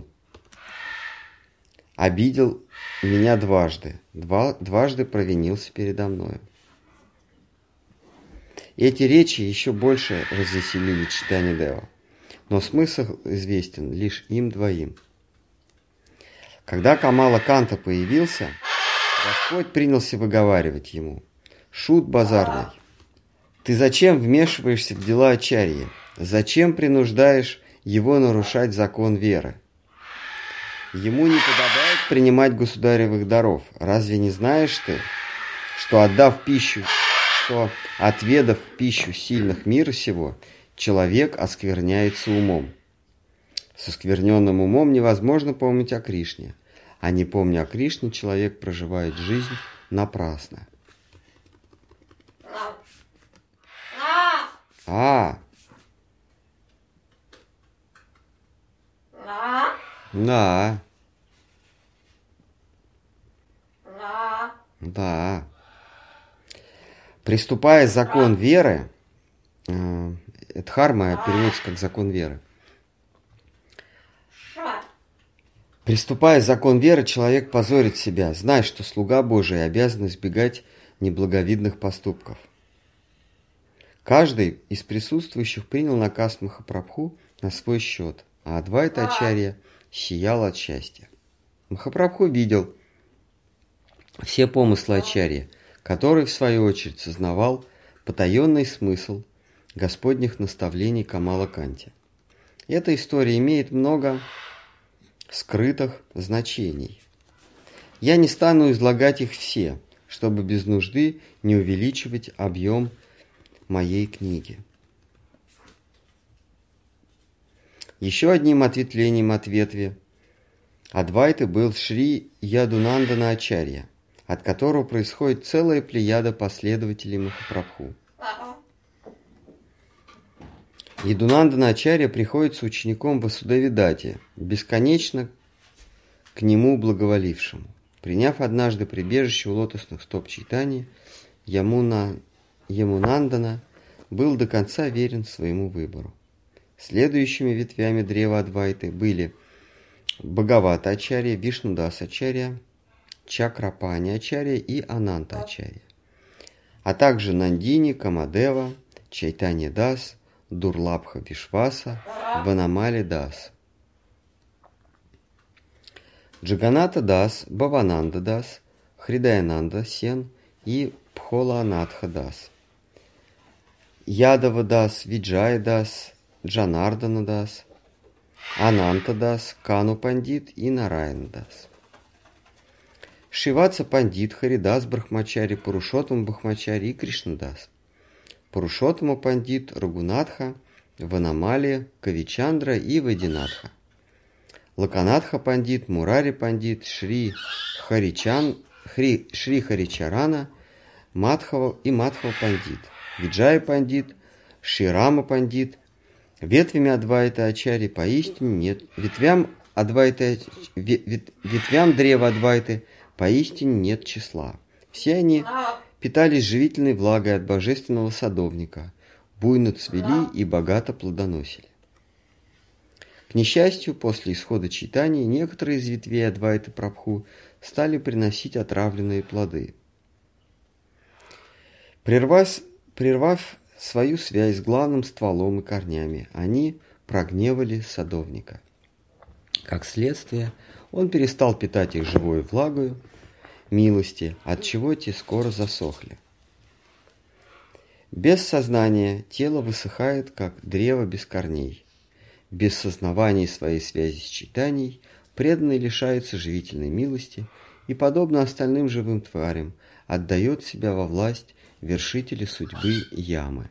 обидел меня дважды провинился передо мною». Эти речи еще больше развеселили Чайтанью Дева, но смысл известен лишь им двоим. Когда Камала Канта появился, Господь принялся выговаривать ему: «Шут базарный, ты зачем вмешиваешься в дела Ачарьи? Зачем принуждаешь его нарушать закон веры? Ему не подобает принимать государевых даров. Разве не знаешь ты, что отведав пищу сильных мира сего, человек оскверняется умом. С оскверненным умом невозможно помнить о Кришне, а не помня о Кришне, человек проживает жизнь напрасно. Да. Да. Приступая закон веры, дхарма переводится как закон веры. Приступая закон веры, человек позорит себя, зная, что слуга Божий обязан избегать неблаговидных поступков. Каждый из присутствующих принял наказ Махапрабху на свой счет, а Адвайта Ачарья сиял от счастья. Махапрабху видел все помыслы Ачарьи, который, в свою очередь, сознавал потаенный смысл Господних наставлений Камала-канти. Эта история имеет много скрытых значений. Я не стану излагать их все, чтобы без нужды не увеличивать объем моей книги. Еще одним ответвлением от ветви Адвайты был Шри Ядунандана Ачарья, от которого происходит целая плеяда последователей Махапрабху. Ядунандана Ачарья приходится учеником Васудевидати, бесконечно к нему благоволившему. Приняв однажды прибежище у лотосных стоп Чайтаньи, Ямунандана был до конца верен своему выбору. Следующими ветвями древа Адвайты были Бхагавата Ачарья, Вишнудас Ачарья, Чакрапани Ачарья и Ананта Ачарья, а также Нандини, Камадева, Чайтанья Дас, Дурлабха Вишваса, Ванамали Дас, Джаганата Дас, Бавананда Дас, Хридаянанда Сен и Пхоланатха Дас, Ядава Дас, Виджая Дас, Джанардана Дас, Ананта Дас, Кану Пандит и Нараяна Дас. Шиватса Пандит, Харидас Брахмачари, Пурушоттама Брахмачари и Кришнадас. Пурушоттама Пандит, Рагунатха, Ванамали, Кавичандра и Вайдинатха. Лаканатха Пандит, Мурари Пандит, Шри Харичарана, Мадхава и Мадхава Пандит, Виджая Пандит, Ширама Пандит. Ветвями Адвайта Ачарьи поистине нет. Ветвям древа Адвайты поистине нет числа. Все они питались живительной влагой от божественного садовника, буйно цвели и богато плодоносили. К несчастью, после исхода Чайтаньи некоторые из ветвей Адвайты Прабху стали приносить отравленные плоды. Прервав свою связь с главным стволом и корнями, они прогневали садовника. Как следствие, он перестал питать их живой влагою милости, отчего те скоро засохли. Без сознания тело высыхает, как древо без корней. Без сознавания своей связи с Чайтаньей преданный лишается живительной милости и, подобно остальным живым тварям, отдает себя во власть вершителя судьбы Ямы.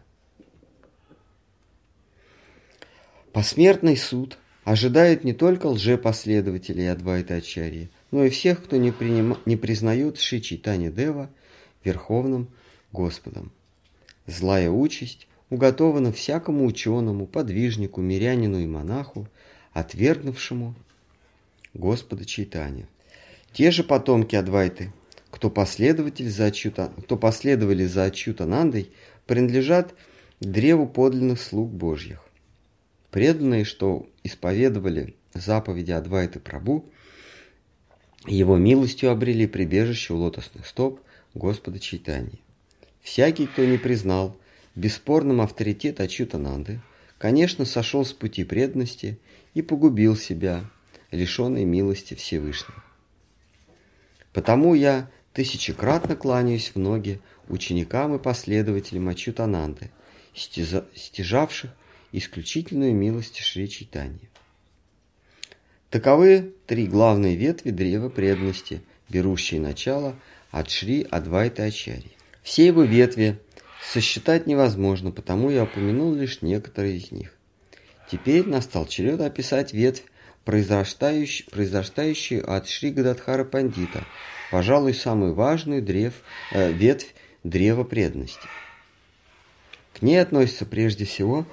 Посмертный суд ожидает не только лжепоследователей Адвайты Ачарьи, но и всех, кто не признает Шри Чайтанья Дева Верховным Господом. Злая участь уготована всякому ученому, подвижнику, мирянину и монаху, отвергнувшему Господа Чайтанью. Те же потомки Адвайты, кто последовали за Ачютанандой, принадлежат древу подлинных слуг Божьих. Преданные, что исповедовали заповеди Адвайты Прабху, его милостью обрели прибежище у лотосных стоп Господа Чайтаньи. Всякий, кто не признал бесспорным авторитет Ачютананды, конечно, сошел с пути преданности и погубил себя, лишенный милости Всевышнего. Потому я тысячекратно кланяюсь в ноги ученикам и последователям Ачютананды, стяжавших исключительную милость Шри Чайтаньи. Таковы три главные ветви древа преданности, берущие начало от Шри Адвайты Ачарьи. Все его ветви сосчитать невозможно, потому я упомянул лишь некоторые из них. Теперь настал черед описать ветвь, произрастающую от Шри Гададхара Пандита, пожалуй, самую важную ветвь древа преданности. К ней относятся прежде всего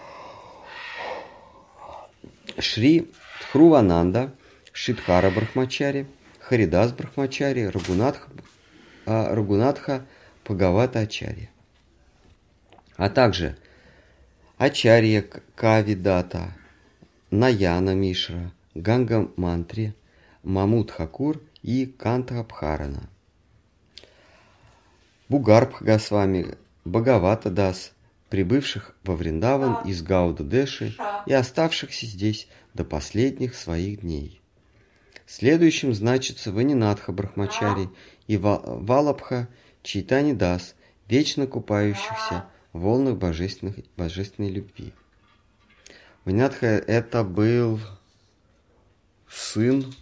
Шри Тхрувананда, Шидхара Брахмачари, Харидас Брахмачари, Рагунатха Бхагавата Ачарья, а также Ачарья Кавидата, Наяна Мишра, Ганга Мантри, Мамут Хакур и Канта Бхарана, Бугарбх Госвами, Бхагавата Дас, прибывших во Вриндаван из Гауда-Деши и оставшихся здесь до последних своих дней. Следующим значится Ванинатха Брахмачари и Валабха Чайтани Дас, вечно купающихся в волнах божественной любви. Ванинатха это был сын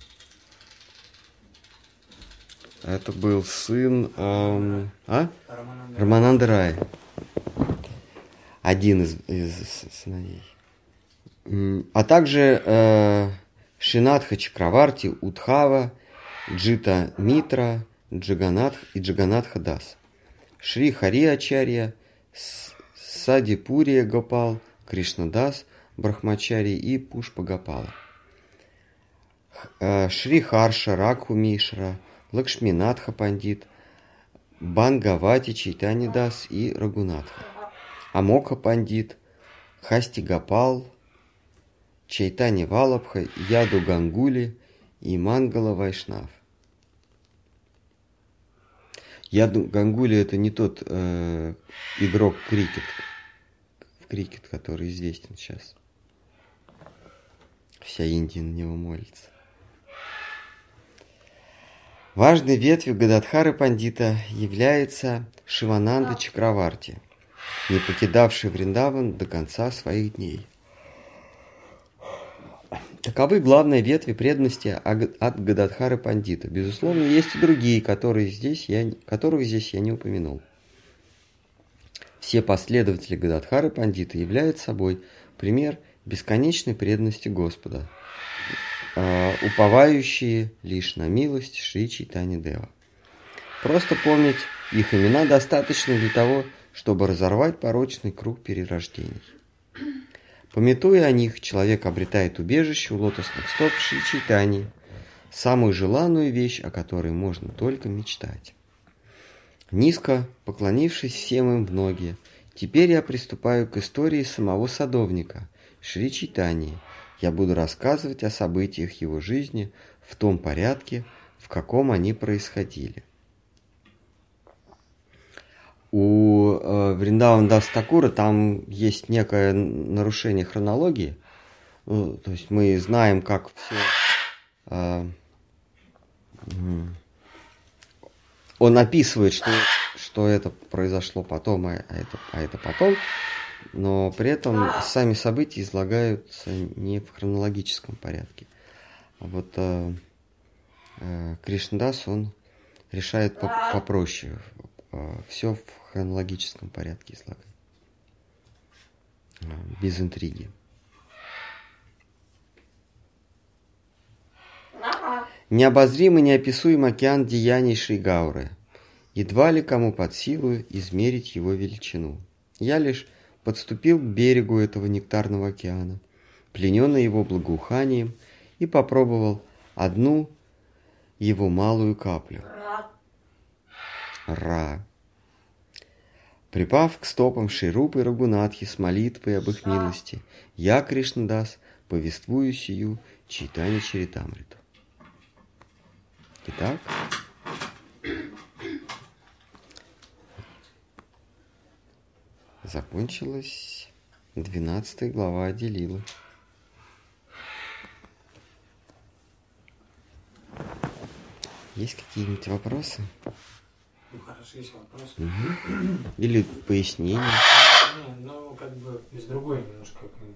Рамананды Рая, один из сыновей. А также Шинатха Чакраварти, Удхава, Джита Митра, Джаганатха Дас, Шри Хари Ачарья, Садипурия Гопал, Кришнадас Брахмачари и Пушпа Гопала, Шри Харша Ракху Мишра, Лакшминатха Пандит, Бангавати Чайтани Дас и Рагунатха, Амокха Пандит, Хасти Гопал, Чайтани Валабха, Яду Гангули и Мангала Вайшнав. Яду Гангули это не тот игрок в крикет, который известен сейчас. Вся Индия на него молится. Важной ветвью Гададхары Пандита является Шивананда Чакраварти, не покидавший Вриндаван до конца своих дней. Таковы главные ветви преданности от Гададхары Пандита. Безусловно, есть и другие, которых здесь я не упомянул. Все последователи Гададхары Пандита являются собой пример бесконечной преданности Господа, уповающие лишь на милость Шри Чайтани Дева. Просто помнить их имена достаточно для того, чтобы разорвать порочный круг перерождений. Памятуя о них, человек обретает убежище у лотосных стоп Шри Чайтани, самую желанную вещь, о которой можно только мечтать. Низко поклонившись всем им в ноги, теперь я приступаю к истории самого садовника, Шри Чайтани. Я буду рассказывать о событиях его жизни в том порядке, в каком они происходили. У Вриндавана Дас Такура там есть некое нарушение хронологии. То есть мы знаем, как все... Он описывает, что это произошло потом, а это потом, но при этом сами события излагаются не в хронологическом порядке. А вот Кришнадас, он решает попроще. Все в хронологическом порядке излагает. Без интриги. Необозримый, неописуем океан деяний Шри Гауры. Едва ли кому под силу измерить его величину. Я лишь подступил к берегу этого нектарного океана, плененный его благоуханием, и попробовал одну его малую каплю. Ра. Припав к стопам Шри Рупы Рагунатхи с молитвой об их милости, я, Кришнадас, повествую сию Чайтани Чаритамриту. Итак, закончилась 12 глава Ади-лилы. Есть какие-нибудь вопросы? Ну, хорошо, есть вопрос. Угу. Или пояснение? Не, ну, как бы из другой немножко,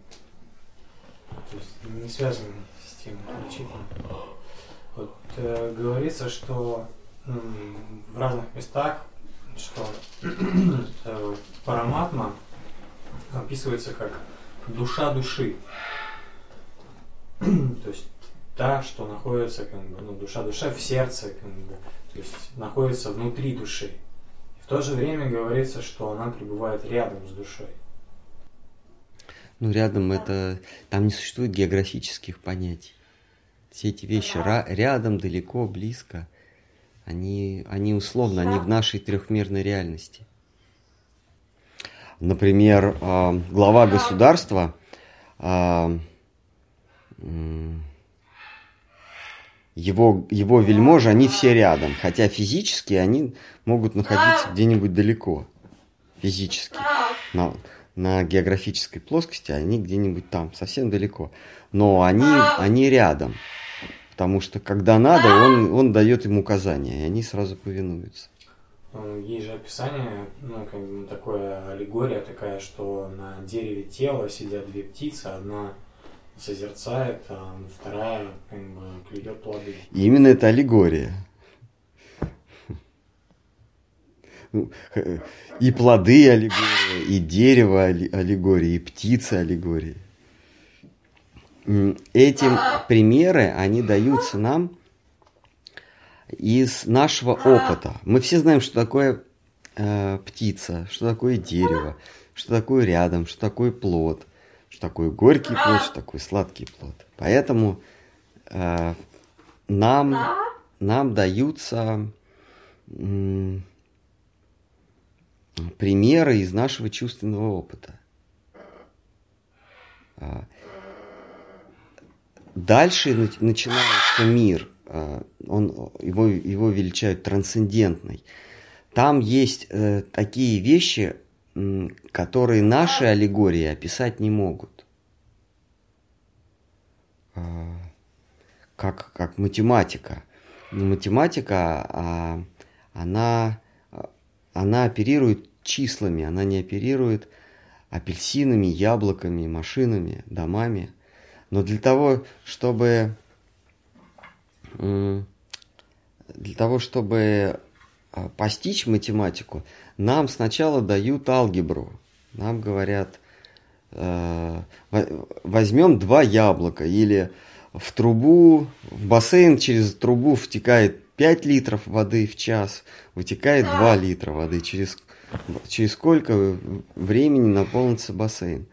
то есть не связанной с тем прочитанным. Вот говорится, что в разных местах, что Параматма описывается как душа души. То есть та, что находится, как бы, душа в сердце, как бы, то есть находится внутри души. И в то же время говорится, что она пребывает рядом с душой. Рядом это... Там не существует географических понятий. Все эти вещи рядом, далеко, близко, они условно, они в нашей трехмерной реальности. Например, глава государства, его вельможи, они все рядом, хотя физически они могут находиться где-нибудь далеко, физически, на географической плоскости они где-нибудь там, совсем далеко, но они рядом, потому что когда надо, он дает им указания, и они сразу повинуются. Есть же описание, такое аллегория такая, что на дереве тела сидят две птицы, одна созерцает, а вторая клюет плоды. И именно это аллегория. И плоды аллегория, и дерево аллегория, и птицы аллегория. Эти примеры, они даются нам из нашего опыта. Мы все знаем, что такое птица, что такое дерево, что такое рядом, что такое плод, что такое горький плод, что такое сладкий плод. Поэтому нам даются примеры из нашего чувственного опыта. Дальше начинается мир. Его величают трансцендентный. Там есть такие вещи, которые наши аллегории описать не могут. Как математика. Математика, она оперирует числами, она не оперирует апельсинами, яблоками, машинами, домами. Но для того, чтобы постичь математику, нам сначала дают алгебру. Нам говорят, возьмем 2 яблока, или в бассейн через трубу втекает 5 литров воды в час, вытекает 2 литра воды. Через сколько времени наполнится бассейн?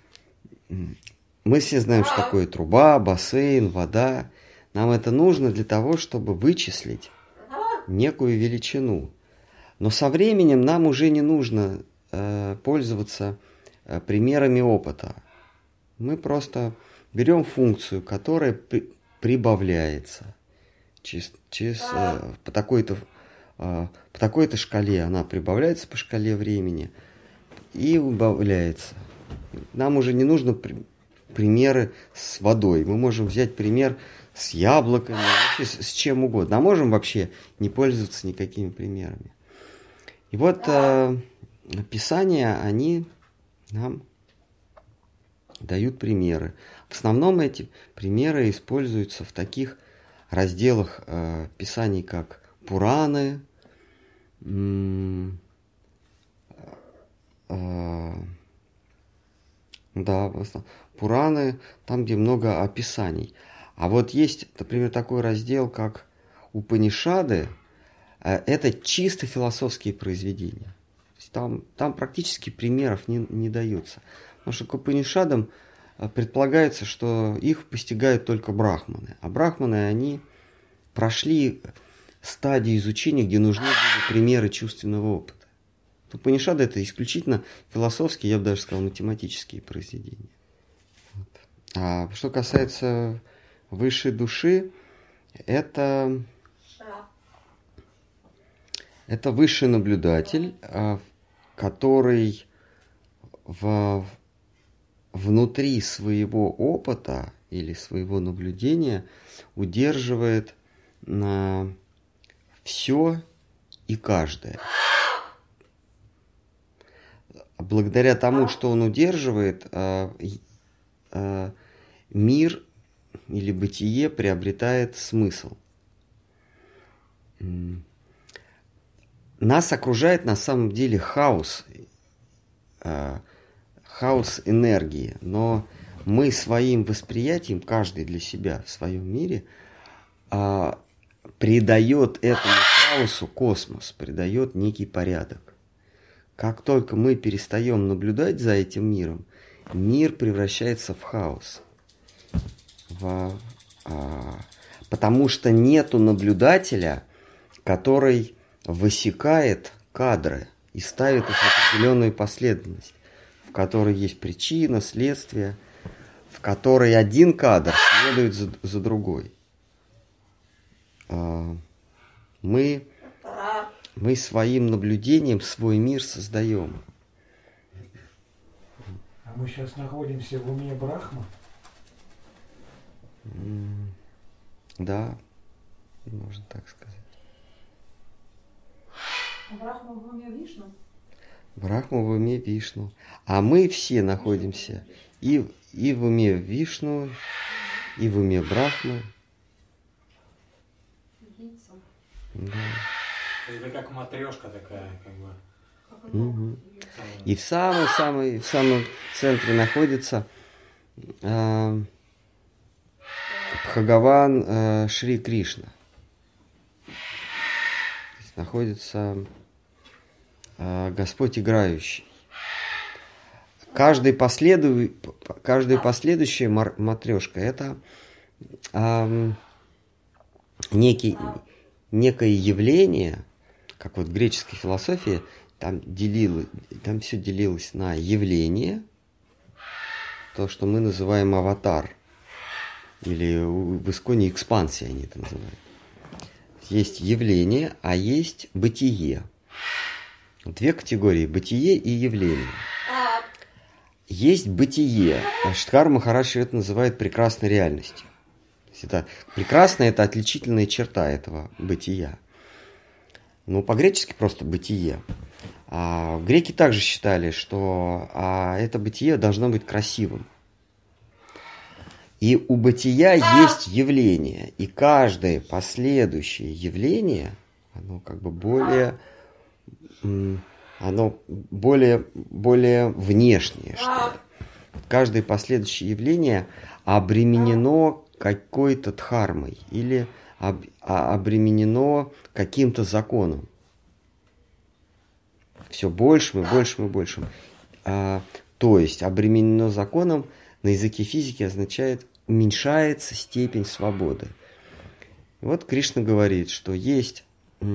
Мы все знаем, что такое труба, бассейн, вода. Нам это нужно для того, чтобы вычислить некую величину. Но со временем нам уже не нужно пользоваться примерами опыта. Мы просто берем функцию, которая прибавляется по такой-то шкале. Она прибавляется по шкале времени и убавляется. Нам уже не нужно примеры с водой. Мы можем взять пример с яблоками, вообще с чем угодно. А можем вообще не пользоваться никакими примерами. И вот Писания, они нам дают примеры. В основном эти примеры используются в таких разделах Писаний, как Пураны, Пураны, там, где много описаний. А вот есть, например, такой раздел, как Упанишады. Это чисто философские произведения. Там практически примеров не даются. Потому что к Упанишадам предполагается, что их постигают только брахманы. А брахманы, они прошли стадию изучения, где нужны были примеры чувственного опыта. Упанишады — это исключительно философские, я бы даже сказал, математические произведения. Вот. А что касается высшей души, это высший наблюдатель, который внутри своего опыта или своего наблюдения удерживает на все и каждое. Благодаря тому, что он удерживает, мир или бытие приобретает смысл. нас окружает на самом деле хаос энергии, но мы своим восприятием, каждый для себя в своем мире, придает этому хаосу космос, придает некий порядок. Как только мы перестаем наблюдать за этим миром, мир превращается в хаос. Потому что нету наблюдателя, который высекает кадры и ставит их в определенную последовательность, в которой есть причина, следствие, в которой один кадр следует за другой. Мы своим наблюдением свой мир создаем. А мы сейчас находимся в уме Брахмы? Да, можно так сказать. Брахма в уме Вишну? Брахма в уме Вишну. А мы все находимся и в уме Вишну, и в уме Брахмы. Да. Это как матрешка такая, как бы. Угу. И в самом центре находится Бхагаван Шри Кришна. Здесь находится Господь играющий. Каждая последующая матрешка это некое явление, как вот в греческой философии, там все делилось на явление, то, что мы называем аватар, или в Исконе экспансия они это называют. Есть явление, а есть бытие. Две категории: бытие и явление. Есть бытие. Штхар Махарадж это называет прекрасной реальностью. Это прекрасное, это отличительная черта этого бытия. Ну, по-гречески просто бытие. А греки также считали, что это бытие должно быть красивым. И у бытия есть явление. И каждое последующее явление, оно как бы более внешнее, что ли. Каждое последующее явление обременено какой-то дхармой или обременено каким-то законом. Все большим и большим и большим. То есть обременено законом на языке физики означает уменьшается степень свободы. И вот Кришна говорит, что есть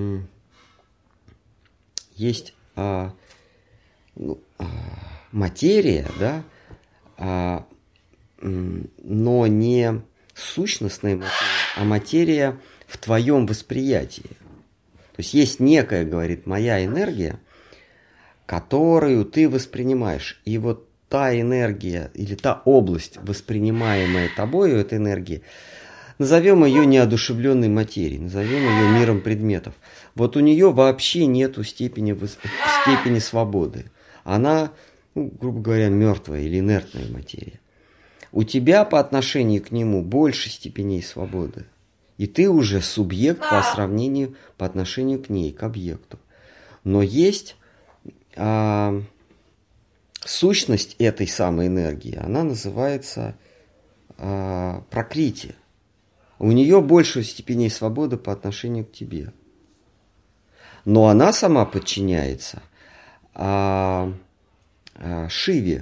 материя, да, но не сущностная материя, а материя в твоем восприятии. То есть есть некая, говорит, моя энергия, которую ты воспринимаешь. И вот та энергия или та область, воспринимаемая тобою, этой энергии, назовем ее неодушевленной материей, назовем ее миром предметов. Вот у нее вообще нету степени свободы. Она, грубо говоря, мертвая или инертная материя. У тебя по отношению к нему больше степеней свободы. И ты уже субъект по отношению к ней, к объекту. Но есть сущность этой самой энергии, она называется пракрити. У нее больше степеней свободы по отношению к тебе. Но она сама подчиняется Шиве.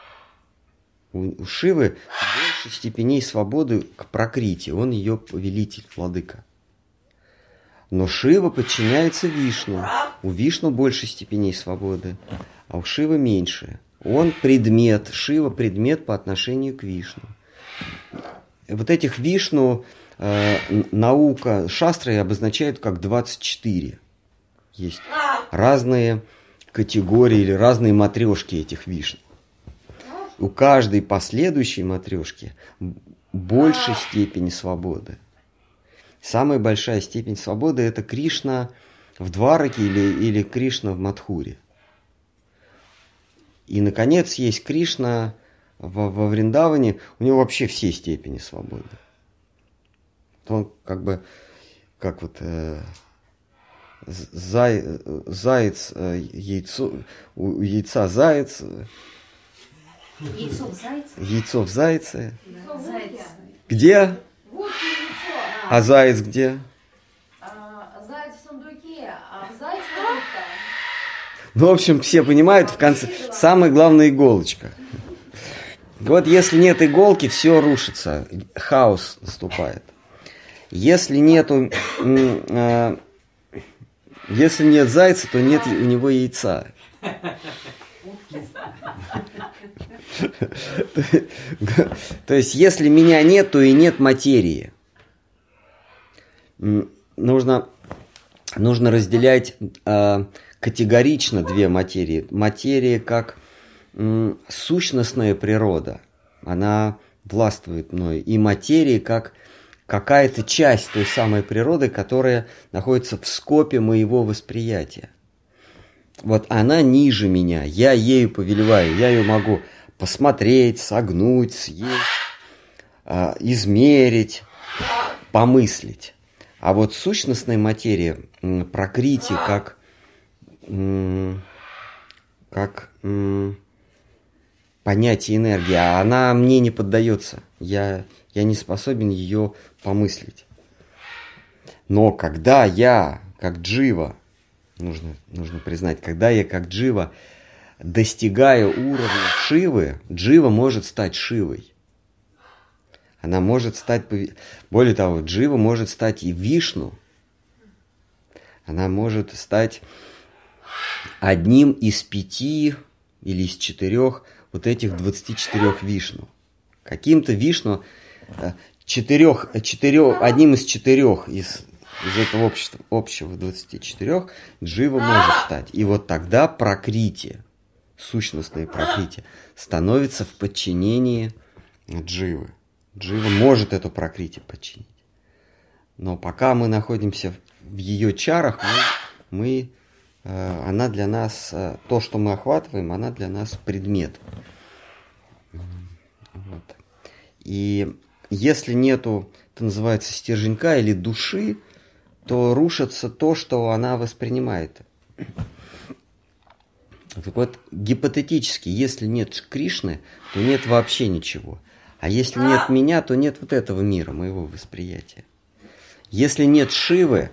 У Шивы больше степеней свободы к пракрити. Он ее повелитель, владыка. Но Шива подчиняется Вишну. У Вишну больше степеней свободы, а у Шивы меньше. Он предмет, Шива предмет по отношению к Вишну. Вот этих Вишну наука шастры обозначают как 24. Есть разные категории или разные матрешки этих Вишну. У каждой последующей матрешки больше степени свободы. Самая большая степень свободы это Кришна в Двараке или Кришна в Мадхуре. И, наконец, есть Кришна во Вриндаване, у него вообще все степени свободы. Он как бы, как вот заяц, яйцо, у яйца заяц. Яйцо в зайце. Яйцо в зайце. Да. Заяц. Где? Вот яйцо. А заяц где? Заяц в сундуке, а заяц в Ну, в общем, все понимают, в конце самая главная иголочка. Вот если нет иголки, все рушится, хаос наступает. Если нет зайца, то нет у него яйца. То есть, если меня нет, то и нет материи. Нужно разделять категорично две материи. Материя как сущностная природа, она властвует мной, и материя как какая-то часть той самой природы, которая находится в скопе моего восприятия. Вот она ниже меня, я ею повелеваю, я ее могу посмотреть, согнуть, съесть, измерить, помыслить. А вот сущностная материя, пракрити, как понятие энергии, она мне не поддается. Я не способен ее помыслить. Но когда я, как джива, нужно признать, когда я, как джива, достигаю уровня Шивы, джива может стать Шивой. Она может стать, более того, джива может стать и Вишну. Она может стать одним из 5 или из 4 вот этих 24 Вишну. Каким-то Вишну, одним из 4 из этого общего 24 джива может стать. И вот тогда пракрити, сущностное пракрити, становится в подчинении дживы. Джива может эту пракрити подчинить. Но пока мы находимся в ее чарах, она для нас, то, что мы охватываем, она для нас предмет. Вот. И если нету, это называется, стерженька или души, то рушится то, что она воспринимает. Так вот, гипотетически, если нет Кришны, то нет вообще ничего. А если нет меня, то нет вот этого мира, моего восприятия. Если нет Шивы,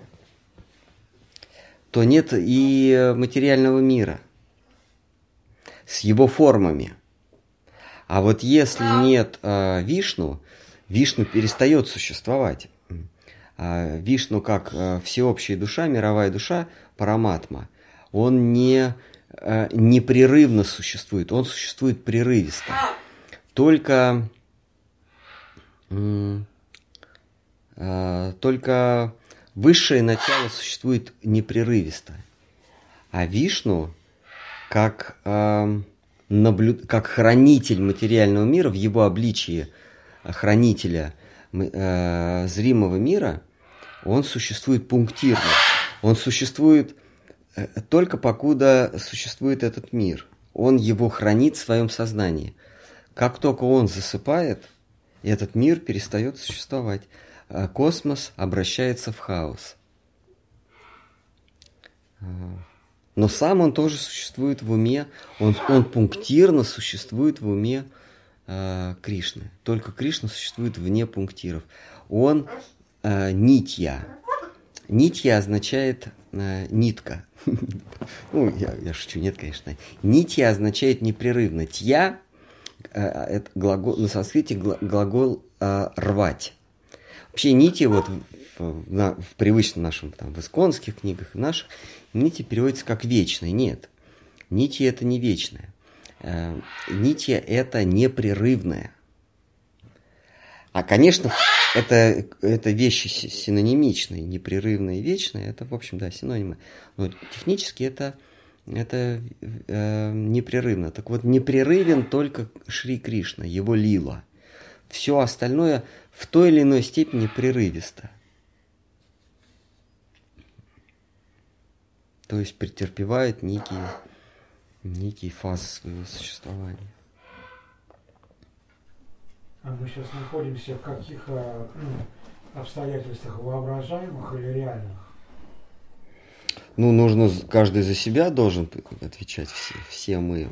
то нет и материального мира с его формами. А вот если нет Вишну, Вишну перестает существовать. Вишну как всеобщая душа, мировая душа, параматма, он не непрерывно существует, он существует прерывисто. Только высшее начало существует непрерывисто. А Вишну, как хранитель материального мира, в его обличии хранителя зримого мира, он существует пунктирно. Он существует только покуда существует этот мир. Он его хранит в своем сознании. Как только он засыпает, этот мир перестает существовать. Космос обращается в хаос. Но сам он тоже существует в уме, он пунктирно существует в уме Кришны. Только Кришна существует вне пунктиров. Он нитья. Нитья означает нитка. Ну, я шучу, нет, конечно. Нитья означает непрерывно. Тья это глагол, на санскрите глагол рвать. Вообще нити вот в привычном нашем, там, в исконских книгах, в наших, нити переводятся как вечные. Нет, нити это не вечное. Нитья это непрерывное. А, конечно, это вещи синонимичные, непрерывное и вечное, это, в общем, да, синонимы. Но технически это непрерывно. Так вот, непрерывен только Шри Кришна, его лила. Все остальное в той или иной степени прерывисто. То есть претерпевает некие фазы своего существования. А мы сейчас находимся в каких обстоятельствах, воображаемых или реальных? Ну, нужно, каждый за себя должен отвечать, все мы.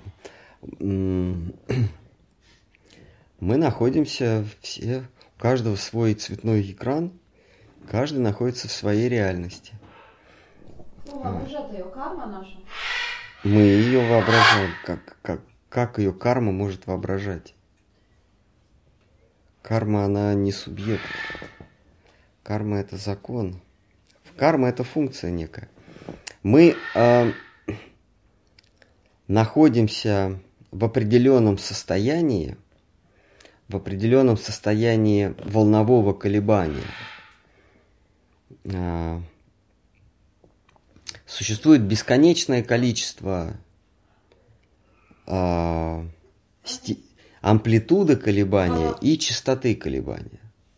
Мы находимся все, у каждого свой цветной экран, каждый находится в своей реальности. Ну, воображает ее карма наша. Мы ее воображаем, как ее карма может воображать. Карма, она не субъект. Карма – это закон. Карма – это функция некая. Мы находимся в определенном состоянии волнового колебания. Существует бесконечное количество амплитуды колебания и частоты колебания.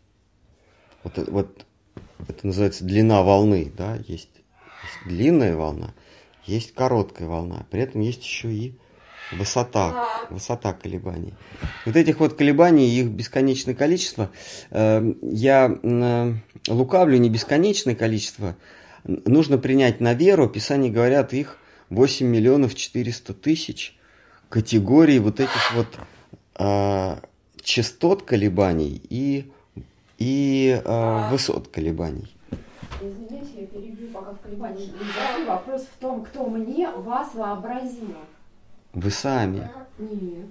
Вот это называется длина волны, да, есть длинная волна, есть короткая волна, при этом есть еще и высота колебаний. Вот этих вот колебаний, их бесконечное количество, я лукавлю, не бесконечное количество, нужно принять на веру, в Писании говорят, их 8 миллионов 400 тысяч категорий вот этих вот частот колебаний и высот колебаний. Извините, я перебью пока в колебании. Вопрос в том, кто мне вас вообразил. Вы сами. Нет.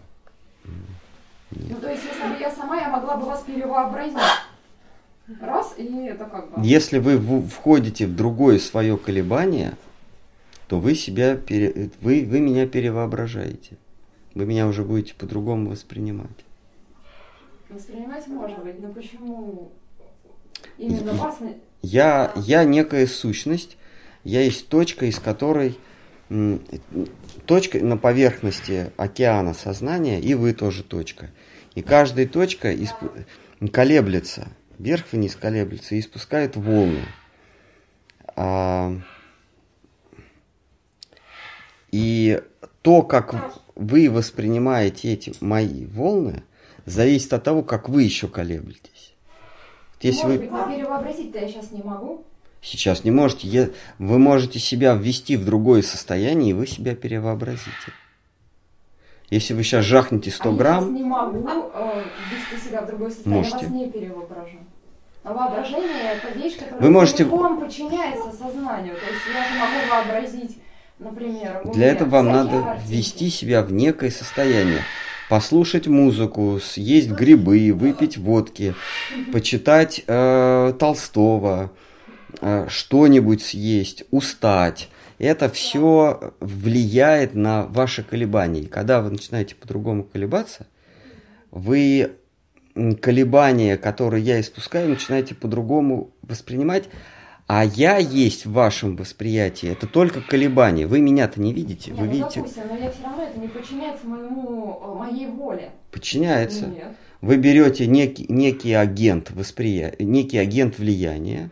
Ну, то есть, если бы я сама, я могла бы вас перевообразить. Раз, и это как бы... Если вы входите в другое свое колебание, то вы меня перевоображаете. Вы меня уже будете по-другому воспринимать. Воспринимать может быть, но почему именно вас... Я некая сущность, я есть точка, из которой... Точка на поверхности океана сознания, и вы тоже точка. И каждая точка колеблется, вверх-вниз колеблется и испускает волны. И то, как вы воспринимаете эти мои волны, зависит от того, как вы еще колеблетесь. Если может быть, но перевообразить-то я сейчас не могу. Сейчас не можете. Вы можете себя ввести в другое состояние, и вы себя перевообразите. Если вы сейчас жахнете 100 грамм... Я сейчас не могу ввести себя в другое состояние, можете. Я вас не перевоображу. А воображение – это вещь, которая целиком подчиняется сознанию. То есть я же могу вообразить, например... Для этого вам надо ввести себя в некое состояние. Послушать музыку, съесть грибы, выпить водки, почитать Толстого, что-нибудь съесть, устать. Это все влияет на ваши колебания. И когда вы начинаете по-другому колебаться, вы колебания, которые я испускаю, начинаете по-другому воспринимать. А я есть в вашем восприятии. Это только колебания. Вы меня-то не видите. Вы видите... Допустим, но я все равно это не подчиняется моей воле. Подчиняется. Нет. Вы берете некий агент восприятия, некий агент влияния,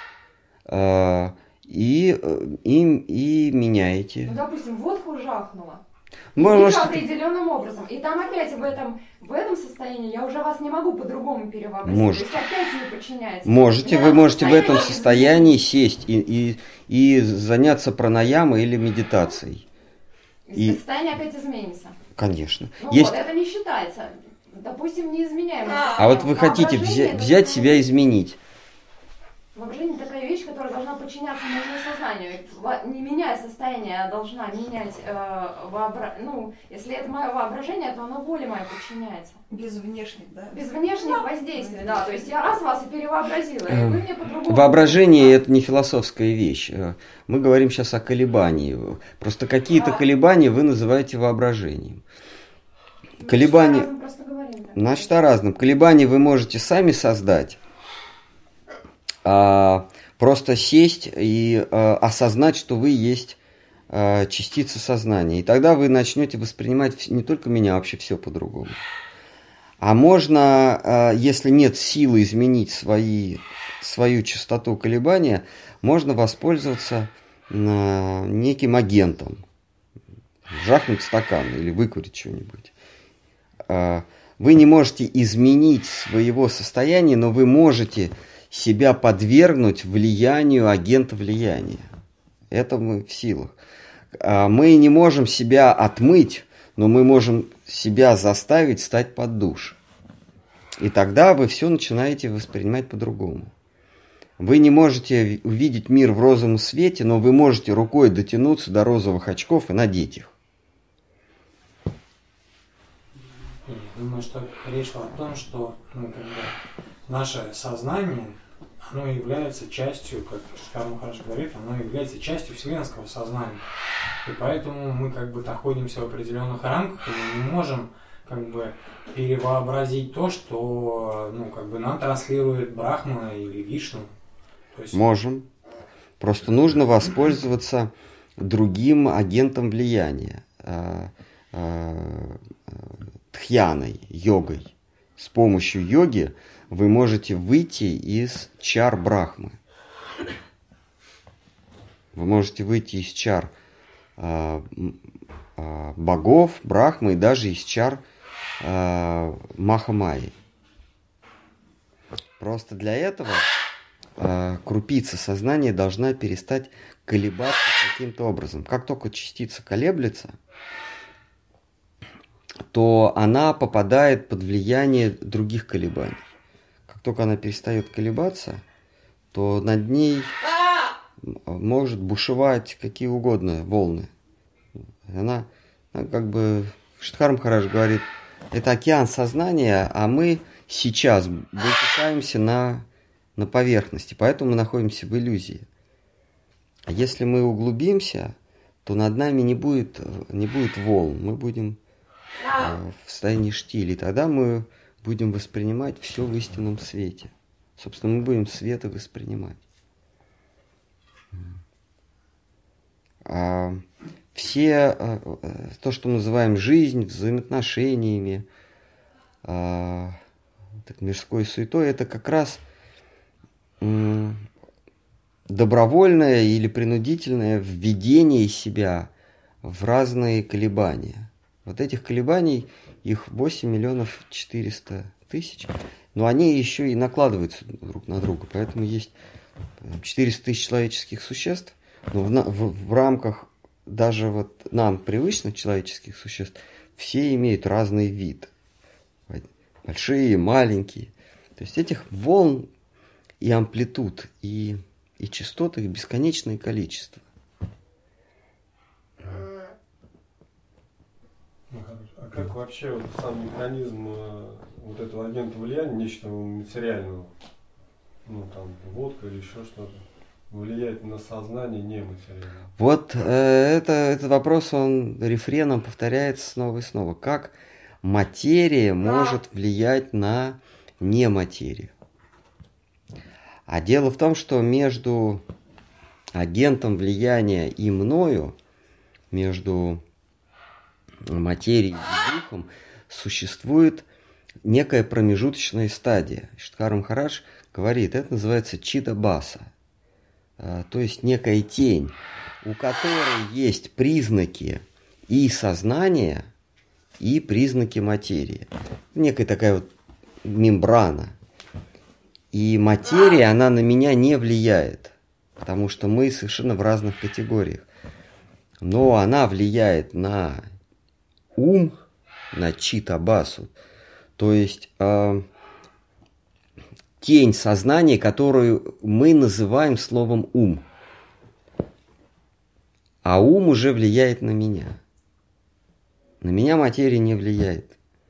и меняете. Ну, допустим, водку жахнула. Может... определенным образом. И там опять в этом состоянии я уже вас не могу по-другому перевообразить. Может. То есть опять не подчиняется. Вы можете в этом состоянии сесть и заняться пранаямой или медитацией. И состояние опять изменится. Конечно. Ну вот, это не считается. Допустим, неизменяемое состояние. А вот вы хотите взять себя изменить. Воображение такая вещь, которая должна подчиняться моему сознанию. Не меняя состояние, я должна менять если это мое воображение, то оно воле моей подчиняется. Без внешних, да? Без внешних воздействий, да. То есть я раз вас и перевообразила, и вы мне по-другому... Воображение – это не философская вещь. Мы говорим сейчас о колебании. Просто какие-то колебания вы называете воображением. Колебания... Значит, о разном. Колебания вы можете сами создать. Просто сесть и осознать, что вы есть частица сознания. И тогда вы начнете воспринимать не только меня, а вообще все по-другому. А можно, если нет силы изменить свою частоту колебания, можно воспользоваться неким агентом. Жахнуть стакан или выкурить что-нибудь. Вы не можете изменить своего состояния, но вы можете себя подвергнуть влиянию агента влияния. Это мы в силах. Мы не можем себя отмыть, но мы можем себя заставить стать под душ. И тогда вы все начинаете воспринимать по-другому. Вы не можете увидеть мир в розовом свете, но вы можете рукой дотянуться до розовых очков и надеть их. Я думаю, что речь шла о том, что наше сознание, оно является частью, как Штхар Махарадж говорит, оно является частью вселенского сознания. И поэтому мы находимся в определенных рамках, и мы не можем перевообразить то, что нам транслирует Брахма или Вишну. То есть... Можем. Просто нужно воспользоваться другим агентом влияния, дхьяной, йогой. С помощью йоги вы можете выйти из чар Брахмы. Вы можете выйти из чар богов, Брахмы и даже из чар Махамайи. Просто для этого крупица сознания должна перестать колебаться каким-то образом. Как только частица колеблется, то она попадает под влияние других колебаний. Как только она перестает колебаться, то над ней может бушевать какие угодно волны. Она Штхар Махарадж говорит, это океан сознания, а мы сейчас болтаемся на поверхности, поэтому мы находимся в иллюзии. А если мы углубимся, то над нами не будет волн, мы будем в состоянии штиля, и тогда мы будем воспринимать все в истинном свете. Собственно, мы будем света воспринимать. Все то, что мы называем жизнь, взаимоотношениями, мирской суетой, это как раз добровольное или принудительное введение себя в разные колебания. Вот этих колебаний, их 8 400 000, но они еще и накладываются друг на друга. Поэтому есть 400 000 человеческих существ, но в рамках даже нам привычных человеческих существ все имеют разный вид. Большие, маленькие. То есть этих волн и амплитуд, и частот их бесконечное количество. А как вообще сам механизм этого агента влияния, нечто материального, водка или еще что-то, влияет на сознание нематериальное? Этот вопрос, он рефреном повторяется снова и снова. Как материя может влиять на нематерию? А дело в том, что между агентом влияния и мною, между материей и духом, существует некая промежуточная стадия. Штхар Махарадж говорит, это называется чита-баса, то есть некая тень, у которой есть признаки и сознания, и признаки материи. Некая такая мембрана. И материя, она на меня не влияет, потому что мы совершенно в разных категориях. Но она влияет на ум, на чита-басу, то есть тень сознания, которую мы называем словом ум. А ум уже влияет на меня. На меня материя не влияет.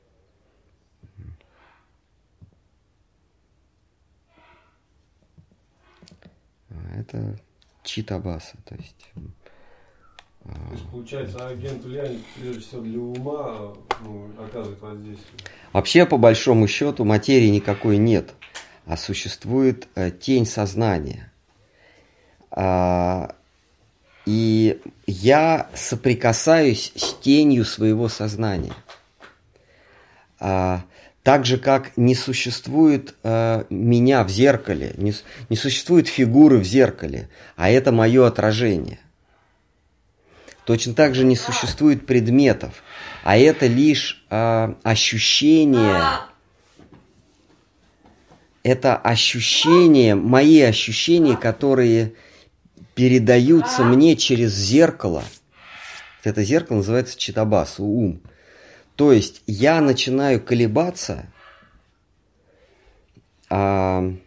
Это чита-баса, то есть... То есть, получается, агент влияния, прежде всего, для ума оказывает воздействие? Вообще, по большому счету, материи никакой нет, а существует тень сознания. И я соприкасаюсь с тенью своего сознания. Так же, как не существует меня в зеркале, не существует фигуры в зеркале, а это мое отражение. Точно так же не существует предметов, а это лишь ощущение. Это ощущения, мои ощущения, которые передаются мне через зеркало. Это зеркало называется читабас, ум. То есть я начинаю колебаться, в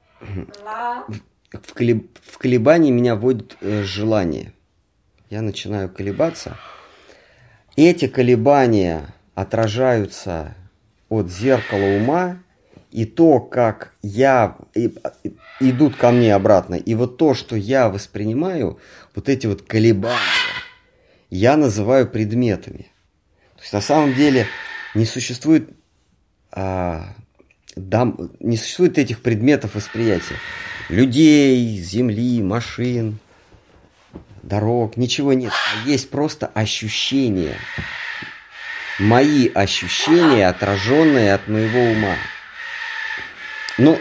колебании меня вводит желание. Я начинаю колебаться. Эти колебания отражаются от зеркала ума, и то, как идут ко мне обратно, и вот то, что я воспринимаю, вот эти вот колебания, я называю предметами. То есть на самом деле не существует этих предметов восприятия. Людей, земли, машин, дорог, ничего нет. А есть просто ощущения. Мои ощущения, отраженные от моего ума. Ну,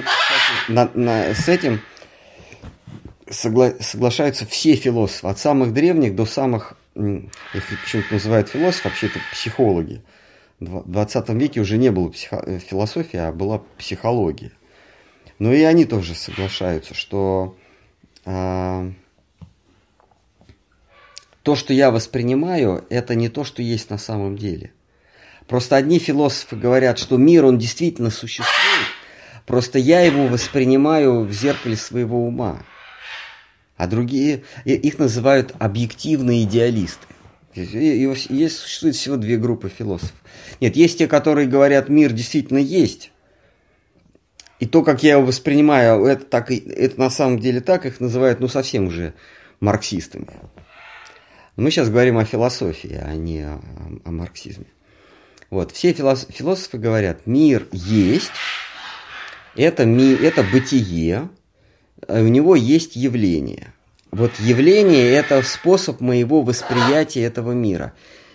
с этим соглашаются все философы. От самых древних до самых, их почему-то называют философы, вообще это психологи. В 20 веке уже не было философии, а была психология. Но и они тоже соглашаются, что то, что я воспринимаю, это не то, что есть на самом деле. Просто одни философы говорят, что мир, он действительно существует, просто я его воспринимаю в зеркале своего ума. А другие, их называют объективные идеалисты. Существует всего две группы философов. Нет, есть те, которые говорят, мир действительно есть. И то, как я его воспринимаю, это на самом деле так, их называют, совсем уже марксистами. Но мы сейчас говорим о философии, а не о марксизме. Вот, все философы говорят, мир есть, это бытие, у него есть явление. Вот явление – это способ моего восприятия этого мира.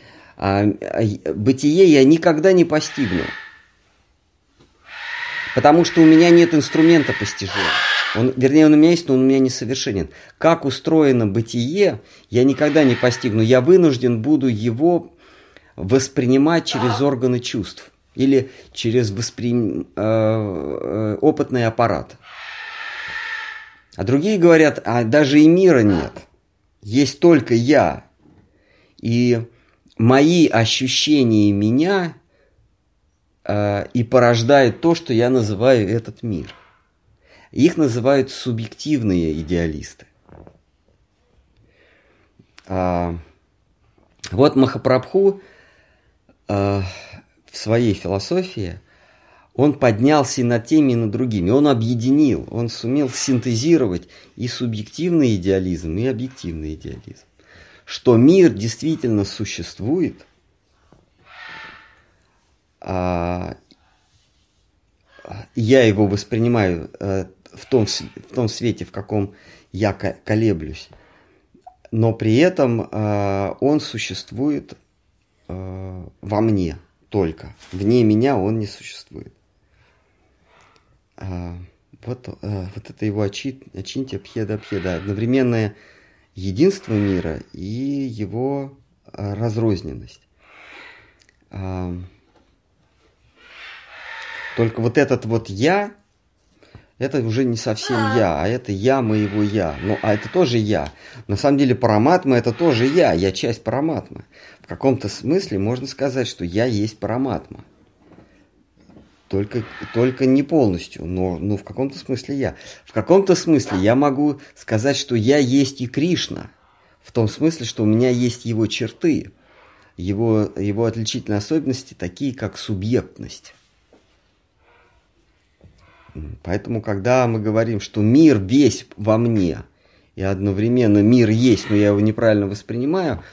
Бытие я никогда не постигну, потому что у меня нет инструмента постижения. Он у меня есть, но он у меня несовершенен. Как устроено бытие, я никогда не постигну. Я вынужден буду его воспринимать через органы чувств или через опытный аппарат. А другие говорят, даже и мира нет. Есть только я. И мои ощущения меня и порождают то, что я называю этот мир. Их называют субъективные идеалисты. Вот Махапрабху в своей философии, он поднялся и над теми, и над другими. Он объединил, он сумел синтезировать и субъективный идеализм, и объективный идеализм. Что мир действительно существует, я его воспринимаю в том свете, в каком я колеблюсь, но при этом он существует во мне только. Вне меня он не существует. Вот это его ачинтья пхеда-пхеда, одновременное единство мира и его разрозненность. Только вот этот вот я, это уже не совсем я, а это я моего я. А это тоже я. На самом деле параматма это тоже я часть параматмы. В каком-то смысле можно сказать, что я есть параматма. Только не полностью, но в каком-то смысле я. В каком-то смысле я могу сказать, что я есть и Кришна. В том смысле, что у меня есть его черты, его отличительные особенности, такие как субъектность. Поэтому, когда мы говорим, что мир весь во мне, и одновременно мир есть, но я его неправильно воспринимаю,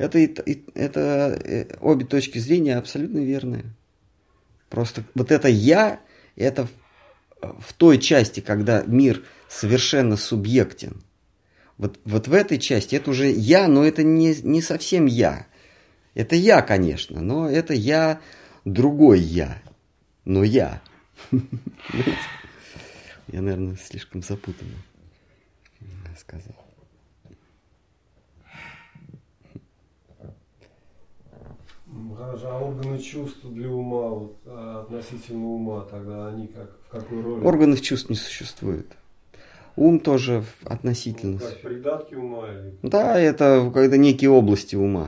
это обе точки зрения абсолютно верные. Просто вот это «я», это в той части, когда мир совершенно субъектен. Вот в этой части это уже «я», но это не совсем «я». Это «я», конечно, но это «я» другой «я». Но «я». Я, наверное, слишком запутанно сказал. Хорошо, а органы чувств для ума, относительно ума, тогда они в какой роли? Органов чувств не существует. ум тоже относительно. Ну, придатки ума или... Да, это когда некие области ума.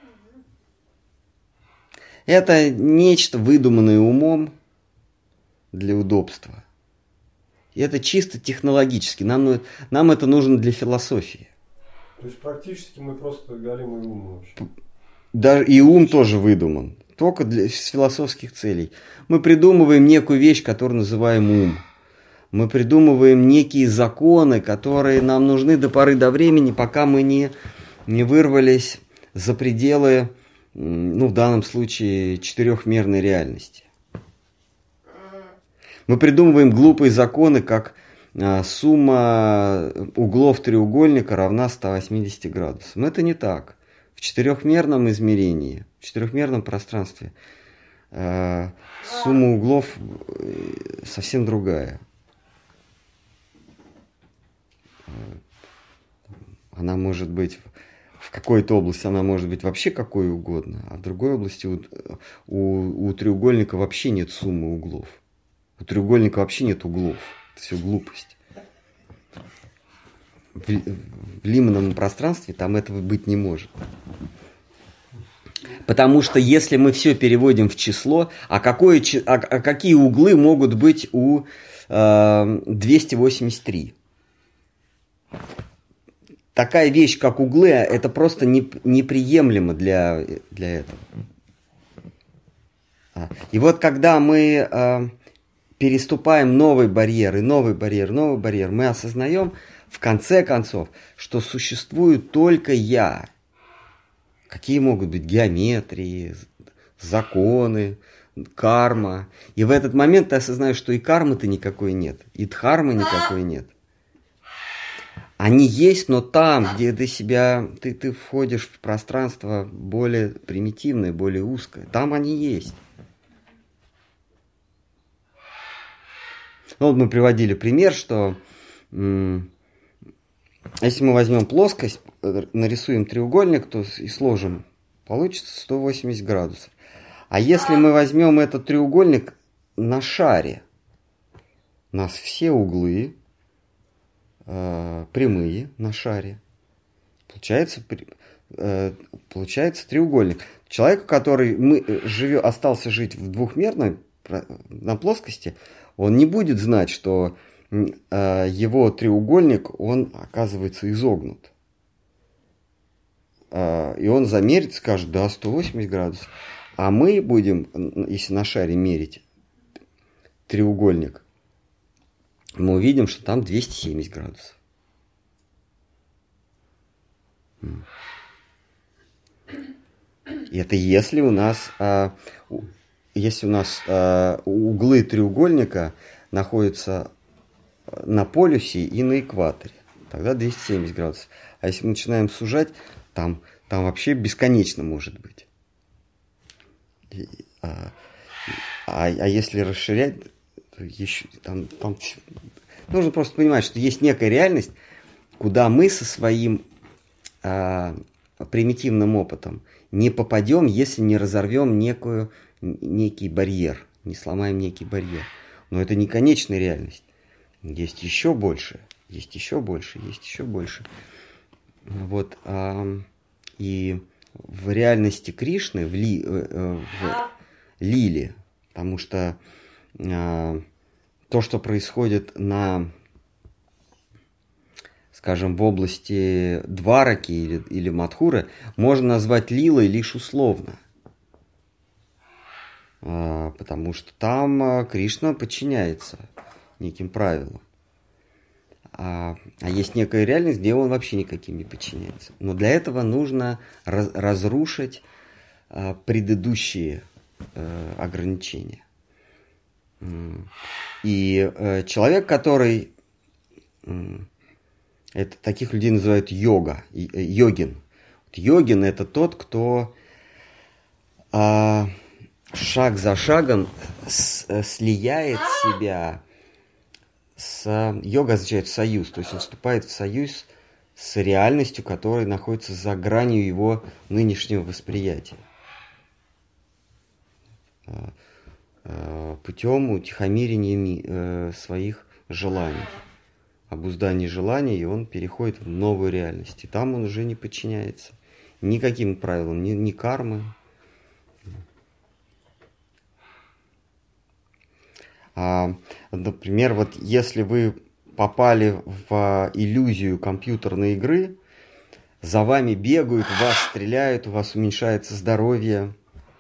Это нечто выдуманное умом для удобства. И это чисто технологически. Нам это нужно для философии. То есть практически мы просто голимый ум вообще. Даже и ум тоже выдуман. Только с философских целей. Мы придумываем некую вещь, которую называем ум. Мы придумываем некие законы, которые нам нужны до поры до времени, пока мы не вырвались за пределы, в данном случае, четырехмерной реальности. Мы придумываем глупые законы, как сумма углов треугольника равна 180 градусам. Это не так. В четырехмерном измерении, в четырехмерном пространстве сумма углов совсем другая. Она может быть в какой-то области, она может быть вообще какой угодно, а в другой области у треугольника вообще нет суммы углов. У треугольника вообще нет углов. Это все глупость. В Лимановом пространстве там этого быть не может. Потому что если мы все переводим в число, какие углы могут быть у 283? Такая вещь, как углы, это просто неприемлемо для этого. И вот когда мы переступаем новый барьер, мы осознаем, в конце концов, что существует только я. Какие могут быть геометрии, законы, карма. И в этот момент ты осознаешь, что и кармы-то никакой нет, и дхармы никакой нет. Они есть, но там, где ты входишь в пространство более примитивное, более узкое, там они есть. Ну, вот мы приводили пример, что если мы возьмем плоскость, нарисуем треугольник, то и сложим, получится 180 градусов. А если мы возьмем этот треугольник на шаре, у нас все углы прямые на шаре. Получается треугольник. Человек, который остался жить в двухмерной на плоскости, он не будет знать, что его треугольник, он оказывается изогнут. И он замерит, скажет, да, 180 градусов. А мы будем, если на шаре мерить треугольник, мы увидим, что там 270 градусов. И это если у нас углы треугольника находятся на полюсе и на экваторе, тогда 270 градусов. А если мы начинаем сужать, там вообще бесконечно может быть. А если расширять, то еще там нужно просто понимать, что есть некая реальность, куда мы со своим примитивным опытом не попадем, если не разорвем некий барьер, не сломаем некий барьер. Но это не конечная реальность. Есть еще больше, есть еще больше, есть еще больше. Вот, и в реальности Кришны, в лиле, потому что то, что происходит скажем, в области Двараки или Мадхуры, можно назвать лилой лишь условно. Потому что там Кришна подчиняется неким правилам. А есть некая реальность, где он вообще никаким не подчиняется. Но для этого нужно разрушить предыдущие ограничения. И человек, который... таких людей называют йогин. Йогин – это тот, кто шаг за шагом слияет себя йога означает союз, то есть он вступает в союз с реальностью, которая находится за гранью его нынешнего восприятия. Путем утихомирения своих желаний. обуздание желаний, и он переходит в новую реальность. И там он уже не подчиняется никаким правилам, ни кармы. Например, вот если вы попали в иллюзию компьютерной игры, за вами бегают, в вас стреляют, у вас уменьшается здоровье.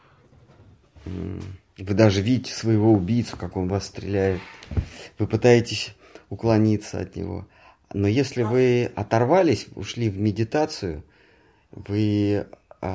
Вы даже видите своего убийцу, как он в вас стреляет. Вы пытаетесь уклониться от него. Но если вы оторвались, ушли в медитацию, вы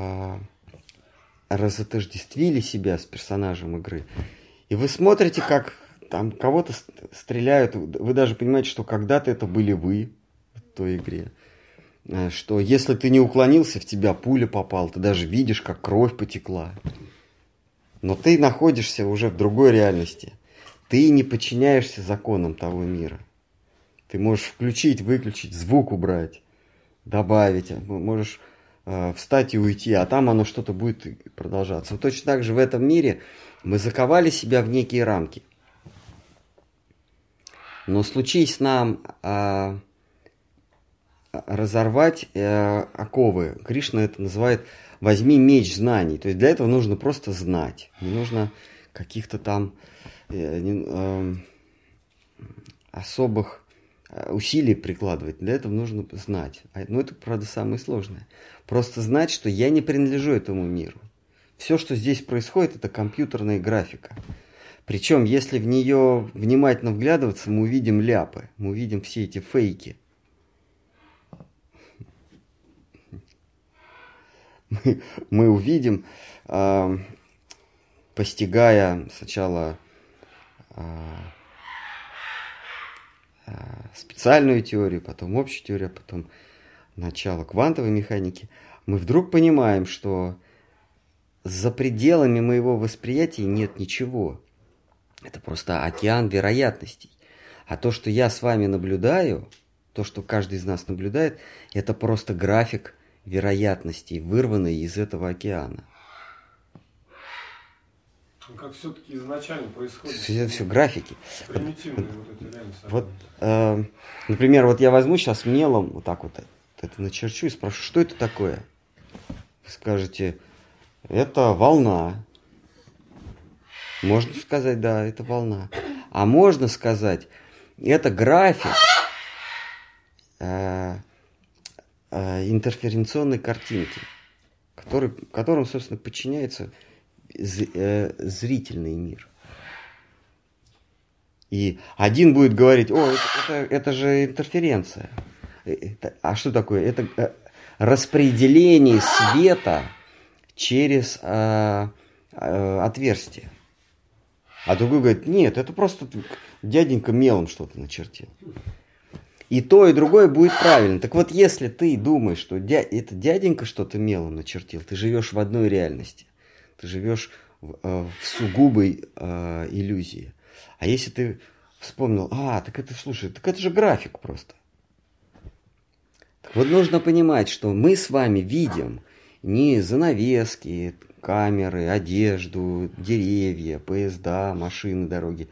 разотождествили себя с персонажем игры, и вы смотрите, как там кого-то стреляют, вы даже понимаете, что когда-то это были вы в той игре. Что если ты не уклонился, в тебя пуля попала, ты даже видишь, как кровь потекла. Но ты находишься уже в другой реальности. Ты не подчиняешься законам того мира. Ты можешь включить, выключить, звук убрать, добавить. Можешь встать и уйти, а там оно что-то будет продолжаться. Вот точно так же в этом мире мы заковали себя в некие рамки. Но случись нам разорвать оковы, Кришна это называет «возьми меч знаний». То есть для этого нужно просто знать. Не нужно каких-то там особых усилий прикладывать. Для этого нужно знать. Но это, правда, самое сложное. Просто знать, что я не принадлежу этому миру. Все, что здесь происходит, это компьютерная графика. Причем, если в нее внимательно вглядываться, мы увидим ляпы, мы увидим все эти фейки. Мы увидим, постигая сначала специальную теорию, потом общую теорию, потом начало квантовой механики, мы вдруг понимаем, что за пределами моего восприятия нет ничего. Это просто океан вероятностей. А то, что я с вами наблюдаю, то, что каждый из нас наблюдает, это просто график вероятностей, вырванный из этого океана. Как все-таки изначально происходит? Все графики. Примитивные вот эти реальности. Вот, например, вот я возьму сейчас мелом вот так вот это начерчу и спрошу, что это такое? Вы скажете, это волна. Можно сказать, да, это волна. А можно сказать, это график интерференционной картинки, которым, собственно, подчиняется зрительный мир. И один будет говорить, это же интерференция. А что такое? Это распределение света через отверстие. А другой говорит, нет, это просто дяденька мелом что-то начертил. И то, и другое будет правильно. Так вот, если ты думаешь, что это дяденька что-то мелом начертил, ты живешь в одной реальности. Ты живешь в сугубой иллюзии. А если ты вспомнил, так это, слушай, так это же график просто. Так вот, нужно понимать, что мы с вами видим не занавески, камеры, одежду, деревья, поезда, машины, дороги.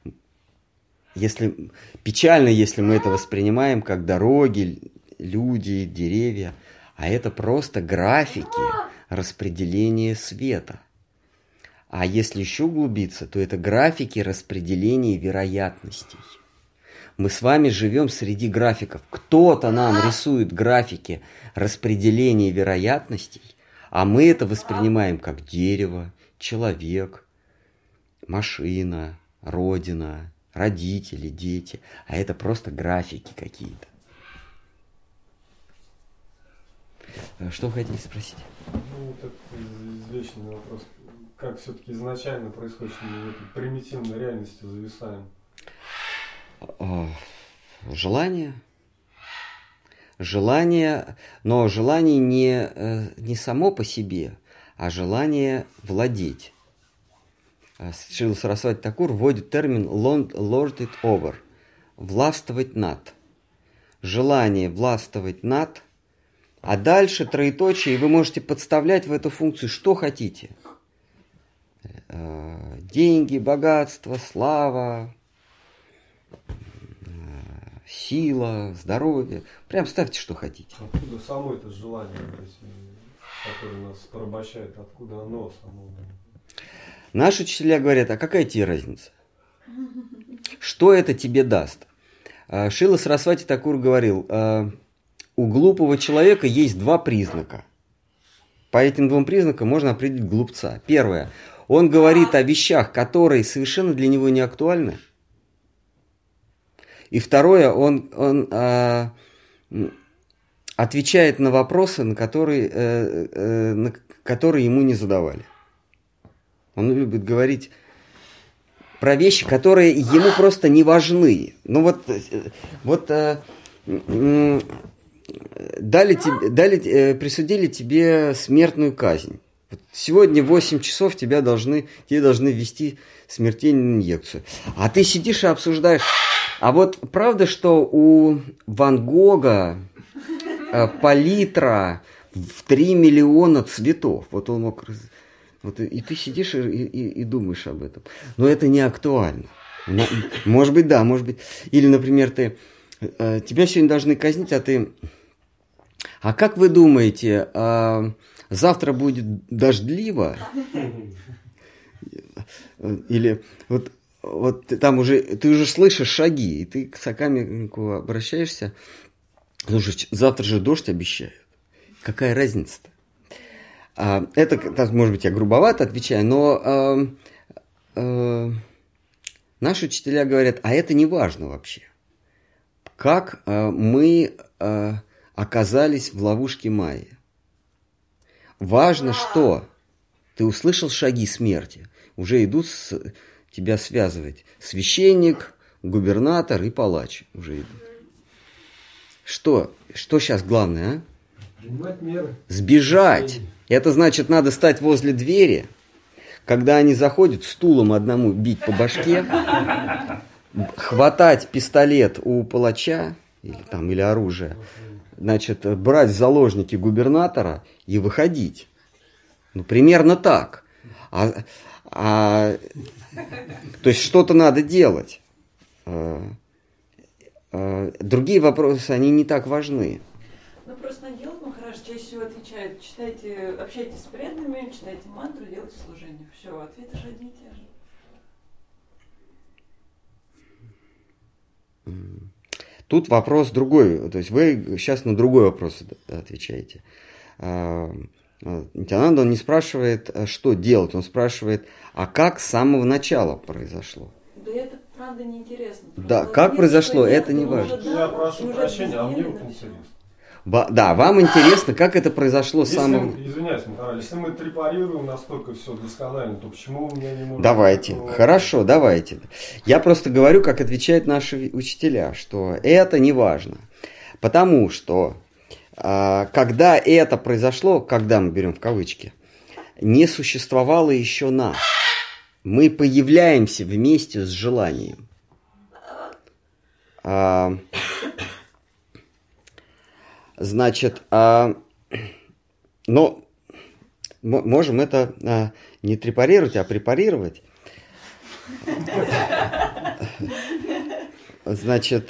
Печально, если мы это воспринимаем как дороги, люди, деревья, а это просто графики распределения света. А если еще углубиться, то это графики распределения вероятностей. Мы с вами живем среди графиков. Кто-то нам рисует графики распределения вероятностей, а мы это воспринимаем как дерево, человек, машина, родина, родители, дети. А это просто графики какие-то. Что вы хотели спросить? Это извечный вопрос. Как все-таки изначально происходит, что мы в этой примитивной реальности зависаем? Желание. Но желание не само по себе, а желание владеть. Шрила Сарасвати Такур вводит термин «lord it over» – властвовать над. Желание властвовать над, а дальше троеточие, и вы можете подставлять в эту функцию что хотите. Деньги, богатство, слава, сила, здоровье. Прям ставьте, что хотите. Откуда само это желание, которое нас порабощает, откуда оно само? Наши учителя говорят, а какая тебе разница? Что это тебе даст? Шрила Сарасвати Такур говорил, у глупого человека есть два признака. По этим двум признакам можно определить глупца. Первое. Он говорит о вещах, которые совершенно для него не актуальны. И второе. Он отвечает на вопросы, на которые ему не задавали. Он любит говорить про вещи, которые ему просто не важны. Ну присудили тебе смертную казнь. Сегодня в 8 часов тебе должны ввести смертельную инъекцию. А ты сидишь и обсуждаешь. А вот правда, что у Ван Гога палитра в 3 миллиона цветов. Вот он мог... Вот, и ты сидишь и думаешь об этом. Но это не актуально. Может быть, да, может быть. Или, например, тебя сегодня должны казнить, а ты... А как вы думаете, завтра будет дождливо? Или вот там уже, ты уже слышишь шаги, и ты к сокамернику обращаешься. Слушай, завтра же дождь обещают. Какая разница-то? Это, может быть, я грубовато отвечаю, но наши учителя говорят, а это не важно вообще. Как мы оказались в ловушке Майи. Важно, что ты услышал шаги смерти. Уже идут тебя связывать. Священник, губернатор и палач уже идут. Что сейчас главное, а? Принимать меры. Сбежать. Это значит, надо стать возле двери, когда они заходят, стулом одному бить по башке, хватать пистолет у палача или оружие, значит, брать в заложники губернатора и выходить. Ну, примерно так. То есть, что-то надо делать. Другие вопросы, они не так важны. Ну, просто Нагилов Махарадж чаще всего отвечает, общайтесь с преданными, читайте мантру, делайте служение. Все, ответы же одни и те же. Тут вопрос другой. То есть вы сейчас на другой вопрос отвечаете. Нитьянанда, он не спрашивает, что делать. Он спрашивает, а как с самого начала произошло? Да это правда неинтересно. Да, как произошло, это не важно. Я прошу прощения, а мне вот интересно. Да, вам интересно, как это произошло с самого... Извиняюсь, Махарадж, если мы препарируем настолько все досконально, то почему у меня не может... Давайте, хорошо, давайте. Я просто говорю, как отвечают наши учителя, что это не важно. Потому что, когда это произошло, когда мы берем в кавычки, не существовало еще нас. Мы появляемся вместе с желанием. Значит, но можем это не трепарировать, а препарировать. Значит,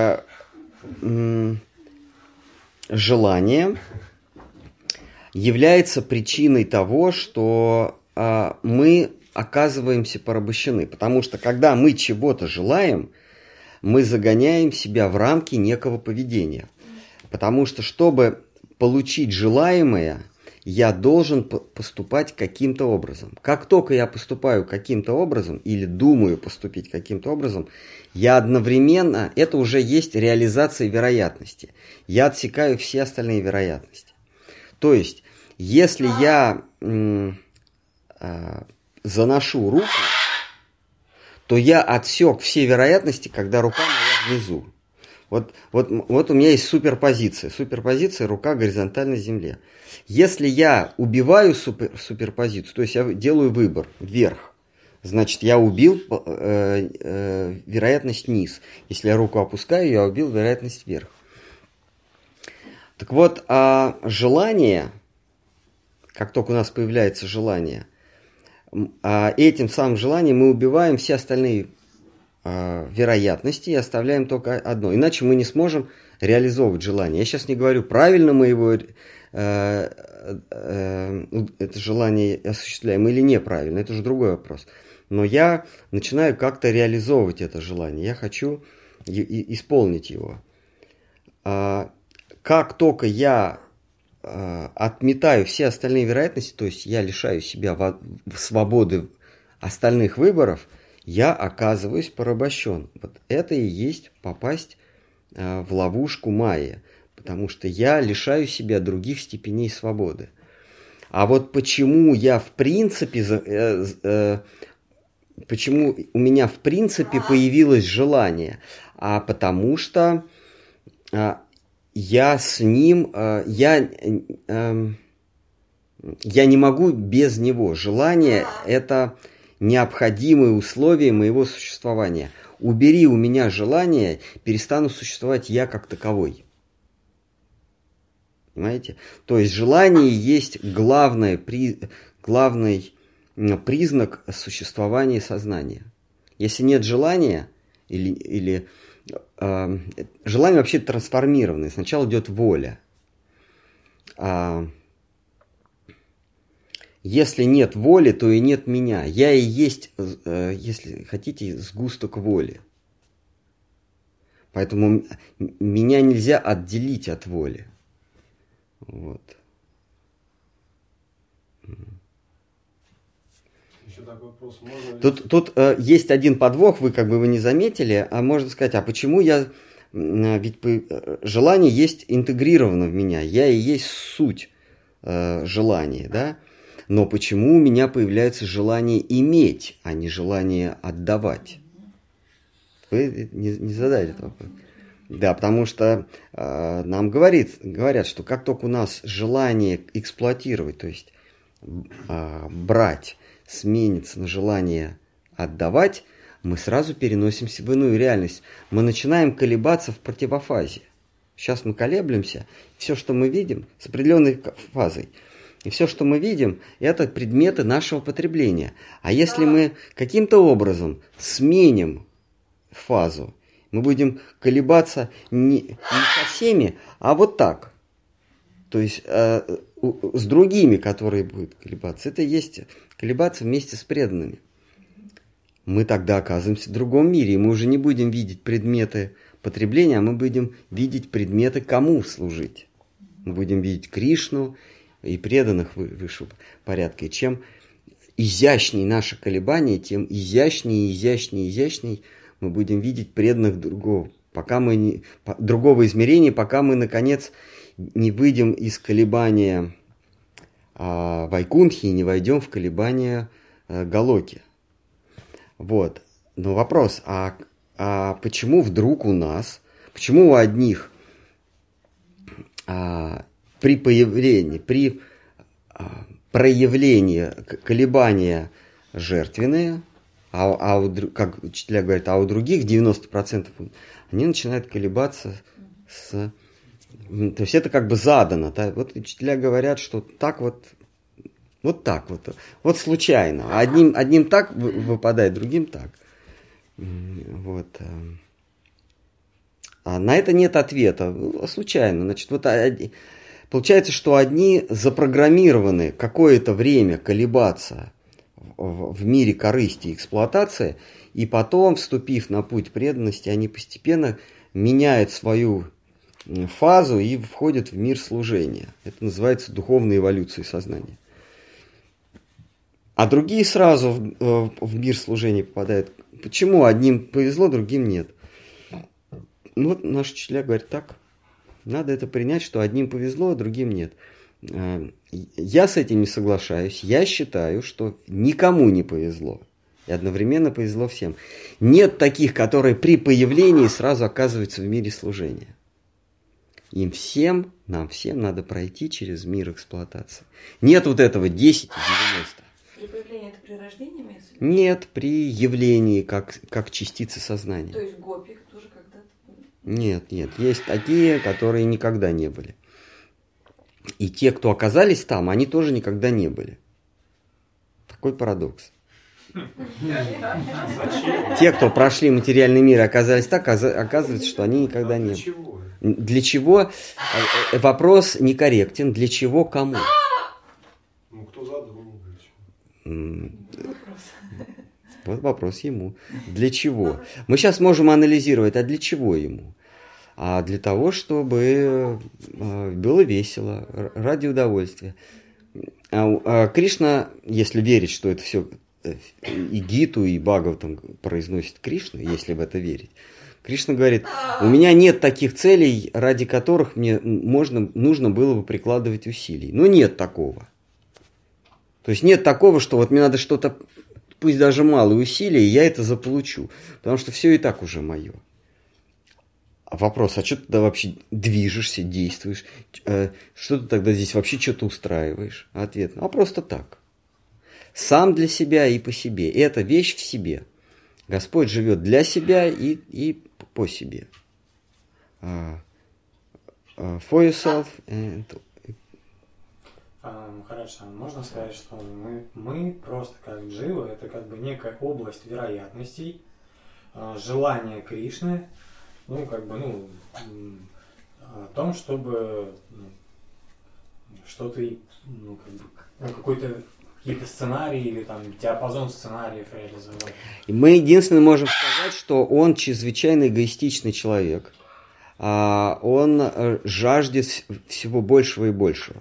желание является причиной того, что мы оказываемся порабощены. Потому что, когда мы чего-то желаем, мы загоняем себя в рамки некого поведения. Потому что, чтобы получить желаемое, я должен поступать каким-то образом. Как только я поступаю каким-то образом или думаю поступить каким-то образом, я одновременно, это уже есть реализация вероятности. Я отсекаю все остальные вероятности. То есть, если я заношу руку, то я отсек все вероятности, когда рука моя внизу. Вот у меня есть суперпозиция. Суперпозиция — рука горизонтально земле. Если я убиваю суперпозицию, то есть я делаю выбор вверх, значит, я убил вероятность вниз. Если я руку опускаю, я убил вероятность вверх. Так вот, желание, как только у нас появляется желание, этим самым желанием мы убиваем все остальные вероятности и оставляем только одно. Иначе мы не сможем реализовывать желание. Я сейчас не говорю, правильно мы его это желание осуществляем или неправильно. Это уже другой вопрос. Но я начинаю как-то реализовывать это желание. Я хочу исполнить его. Как только я отметаю все остальные вероятности, то есть я лишаю себя свободы остальных выборов, я оказываюсь порабощен. Вот это и есть попасть в ловушку майя, потому что я лишаю себя других степеней свободы. А вот почему я в принципе, почему у меня в принципе появилось желание? А потому что я с ним, я не могу без него. Желание – это необходимые условия моего существования. Убери у меня желание, перестану существовать я как таковой. Понимаете? То есть желание есть главный признак существования сознания. Если нет желания, желание вообще трансформированное. Сначала идет воля. Если нет воли, то и нет меня. Я и есть, если хотите, сгусток воли. Поэтому меня нельзя отделить от воли. Вот. Еще такой вопрос. Можно Тут есть один подвох, вы не заметили, а можно сказать, а почему я... Ведь желание есть интегрировано в меня, я и есть суть желания, да? Но почему у меня появляется желание иметь, а не желание отдавать? Вы не задали этот вопрос. Да, потому что нам говорят, что как только у нас желание эксплуатировать, то есть брать, сменится на желание отдавать, мы сразу переносимся в иную реальность. Мы начинаем колебаться в противофазе. Сейчас мы колеблемся, все, что мы видим, с определенной фазой. И все, что мы видим, это предметы нашего потребления. А если мы каким-то образом сменим фазу, мы будем колебаться не со всеми, а вот так. То есть с другими, которые будут колебаться. Это есть колебаться вместе с преданными. Мы тогда оказываемся в другом мире, и мы уже не будем видеть предметы потребления, а мы будем видеть предметы, кому служить. Мы будем видеть Кришну и преданных высшего порядка. И чем изящнее наше колебание, тем изящнее мы будем видеть преданных другого измерения, пока мы, наконец, не выйдем из колебания Вайкунтхи и не войдем в колебания Галоки. Вот. Но вопрос, а почему вдруг у нас, почему у одних при проявлении колебания жертвенные, как учителя говорят, а у других 90% они начинают колебаться то есть это задано. Да? Вот учителя говорят, что так вот случайно. Одним так выпадает, другим так. Вот. А на это нет ответа. Случайно. Значит, получается, что одни запрограммированы какое-то время колебаться в мире корысти и эксплуатации, и потом, вступив на путь преданности, они постепенно меняют свою фазу и входят в мир служения. Это называется духовной эволюцией сознания. А другие сразу в мир служения попадают. Почему одним повезло, другим нет? Вот наши учителя говорят так. Надо это принять, что одним повезло, а другим нет. Я с этим не соглашаюсь. Я считаю, что никому не повезло. И одновременно повезло всем. Нет таких, которые при появлении сразу оказываются в мире служения. Нам всем надо пройти через мир эксплуатации. Нет вот этого 10 и 90. При появлении это при рождении имеется? Нет, при явлении как частицы сознания. То есть гопи тоже когда-то были? Нет. Есть такие, которые никогда не были. И те, кто оказались там, они тоже никогда не были. Такой парадокс. Те, кто прошли материальный мир и оказались так, оказывается, что они никогда не... Для чего? Вопрос некорректен. Для чего кому? Ну, кто задал? Вот вопрос ему. Для чего? Мы сейчас можем анализировать, а для чего ему? А для того, чтобы было весело, ради удовольствия. Кришна, если верить, что это все и Гиту, и Бхагаватам произносит Кришна, если в это верить, Кришна говорит, у меня нет таких целей, ради которых мне нужно было бы прикладывать усилий. Но нет такого. То есть нет такого, что вот мне надо что-то, пусть даже малые усилия, и я это заполучу. Потому что все и так уже мое. А вопрос, а что ты тогда вообще движешься, действуешь? Что ты тогда здесь вообще что-то устраиваешь? Ответ, а просто так. Сам для себя и по себе. Это вещь в себе. Господь живет для себя и по себе. For yourself and... Хорошо, можно сказать, что мы просто как дживы, это как бы некая область вероятностей, желание Кришны, о том, чтобы что-то, какие-то сценарии или там диапазон сценариев реализовать. И мы единственное можем сказать, что он чрезвычайно эгоистичный человек. Он жаждет всего большего и большего.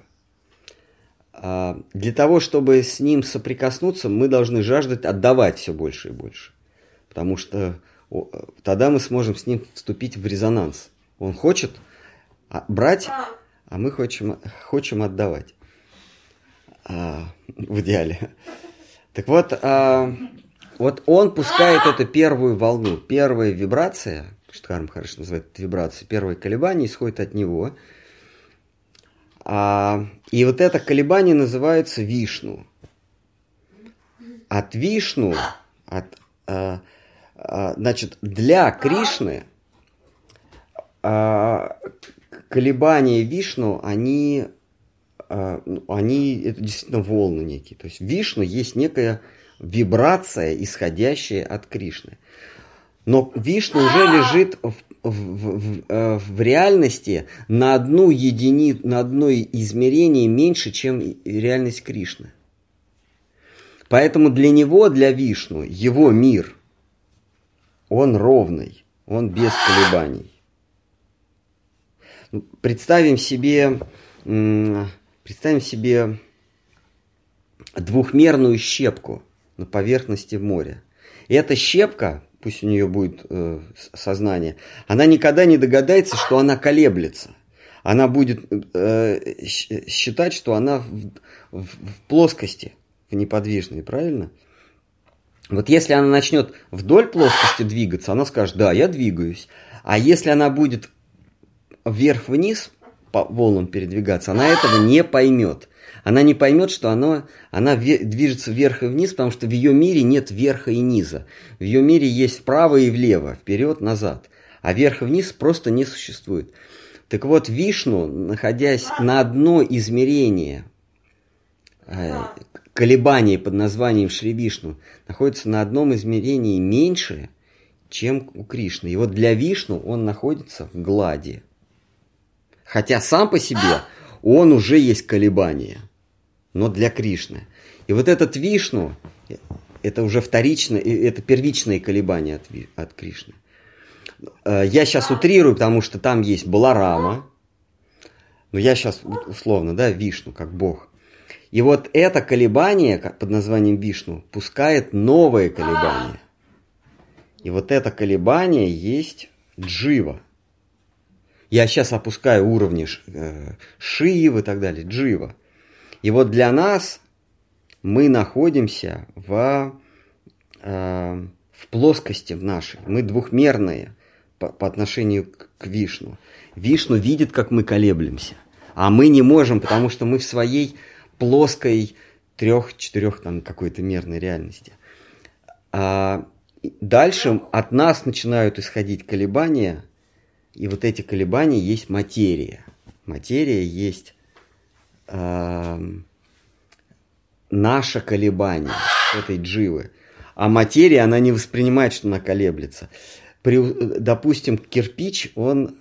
Для того, чтобы с ним соприкоснуться, мы должны жаждать отдавать все больше и больше. Потому что тогда мы сможем с ним вступить в резонанс. Он хочет брать, а мы хотим отдавать. В идеале. Так вот, вот он пускает эту первую волну. Первая вибрация, Штхарма хорошо называет это вибрацией, первое колебание исходит от него. И вот это колебание называется Вишну. От Вишну, значит, для Кришны колебания Вишну, они это действительно волны некие. То есть Вишну есть некая вибрация, исходящая от Кришны. Но Вишну уже лежит в реальности на одно измерение меньше, чем реальность Кришны. Поэтому для него, для Вишну, его мир, он ровный, он без колебаний. Представим себе двухмерную щепку на поверхности моря. И эта щепка, пусть у нее будет сознание, она никогда не догадается, что она колеблется. Она будет считать, что она в плоскости, в неподвижной, правильно? Вот если она начнет вдоль плоскости двигаться, она скажет, да, я двигаюсь. А если она будет вверх-вниз по волнам передвигаться, она этого не поймет. Она не поймет, что она движется вверх и вниз, потому что в ее мире нет верха и низа. В ее мире есть вправо и влево, вперед, назад. А вверх и вниз просто не существует. Так вот, Вишну, находясь на одно измерение, колебание под названием Шри Вишну, находится на одном измерении меньше, чем у Кришны. И вот для Вишну он находится в глади. Хотя сам по себе он уже есть колебание, но для Кришны. И вот этот Вишну, это уже вторичное, это первичное колебание от Кришны. Я сейчас утрирую, потому что там есть Баларама, но я сейчас условно, да, Вишну, как Бог. И вот это колебание под названием Вишну пускает новое колебание. И вот это колебание есть Джива. Я сейчас опускаю уровни Шивы и так далее, Джива. И вот для нас мы находимся в плоскости в нашей. Мы двухмерные по отношению к Вишну. Вишну видит, как мы колеблемся. А мы не можем, потому что мы в своей плоской 3-4 там какой-то мерной реальности. Дальше от нас начинают исходить колебания, и вот эти колебания есть материя. Материя есть наше колебание этой дживы. А материя, она не воспринимает, что она колеблется. Допустим, кирпич, он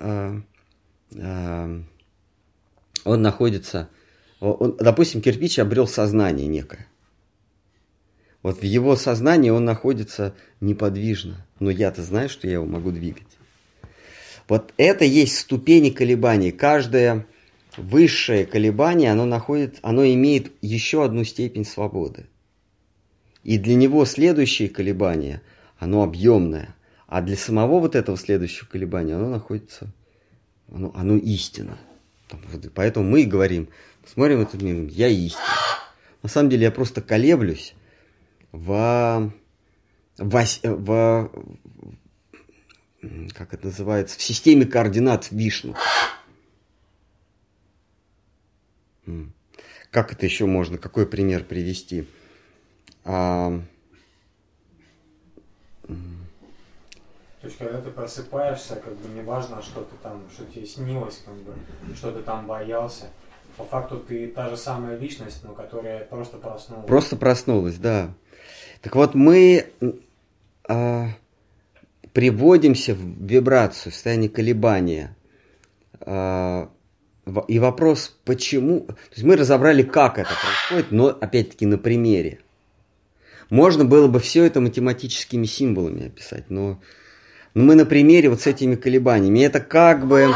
находится... допустим, кирпич обрел сознание некое. Вот в его сознании он находится неподвижно. Но я-то знаю, что я его могу двигать. Вот это есть ступени колебаний. Каждое высшее колебание, оно имеет еще одну степень свободы. И для него следующее колебание, оно объемное. А для самого вот этого следующего колебания оно находится, оно истина. Поэтому мы говорим, смотрим этот мир, я истина. На самом деле я просто колеблюсь как это называется, в системе координат Вишну. Как это еще можно, какой пример привести? То есть, когда ты просыпаешься, как бы неважно, что тебе снилось, как бы, что ты там боялся. По факту ты та же самая личность, но которая просто проснулась. Просто проснулась, да. Так вот, мы приводимся в вибрацию, в состояние колебания. И вопрос, почему... То есть мы разобрали, как это происходит, но опять-таки на примере. Можно было бы все это математическими символами описать, но мы на примере вот с этими колебаниями. Это как бы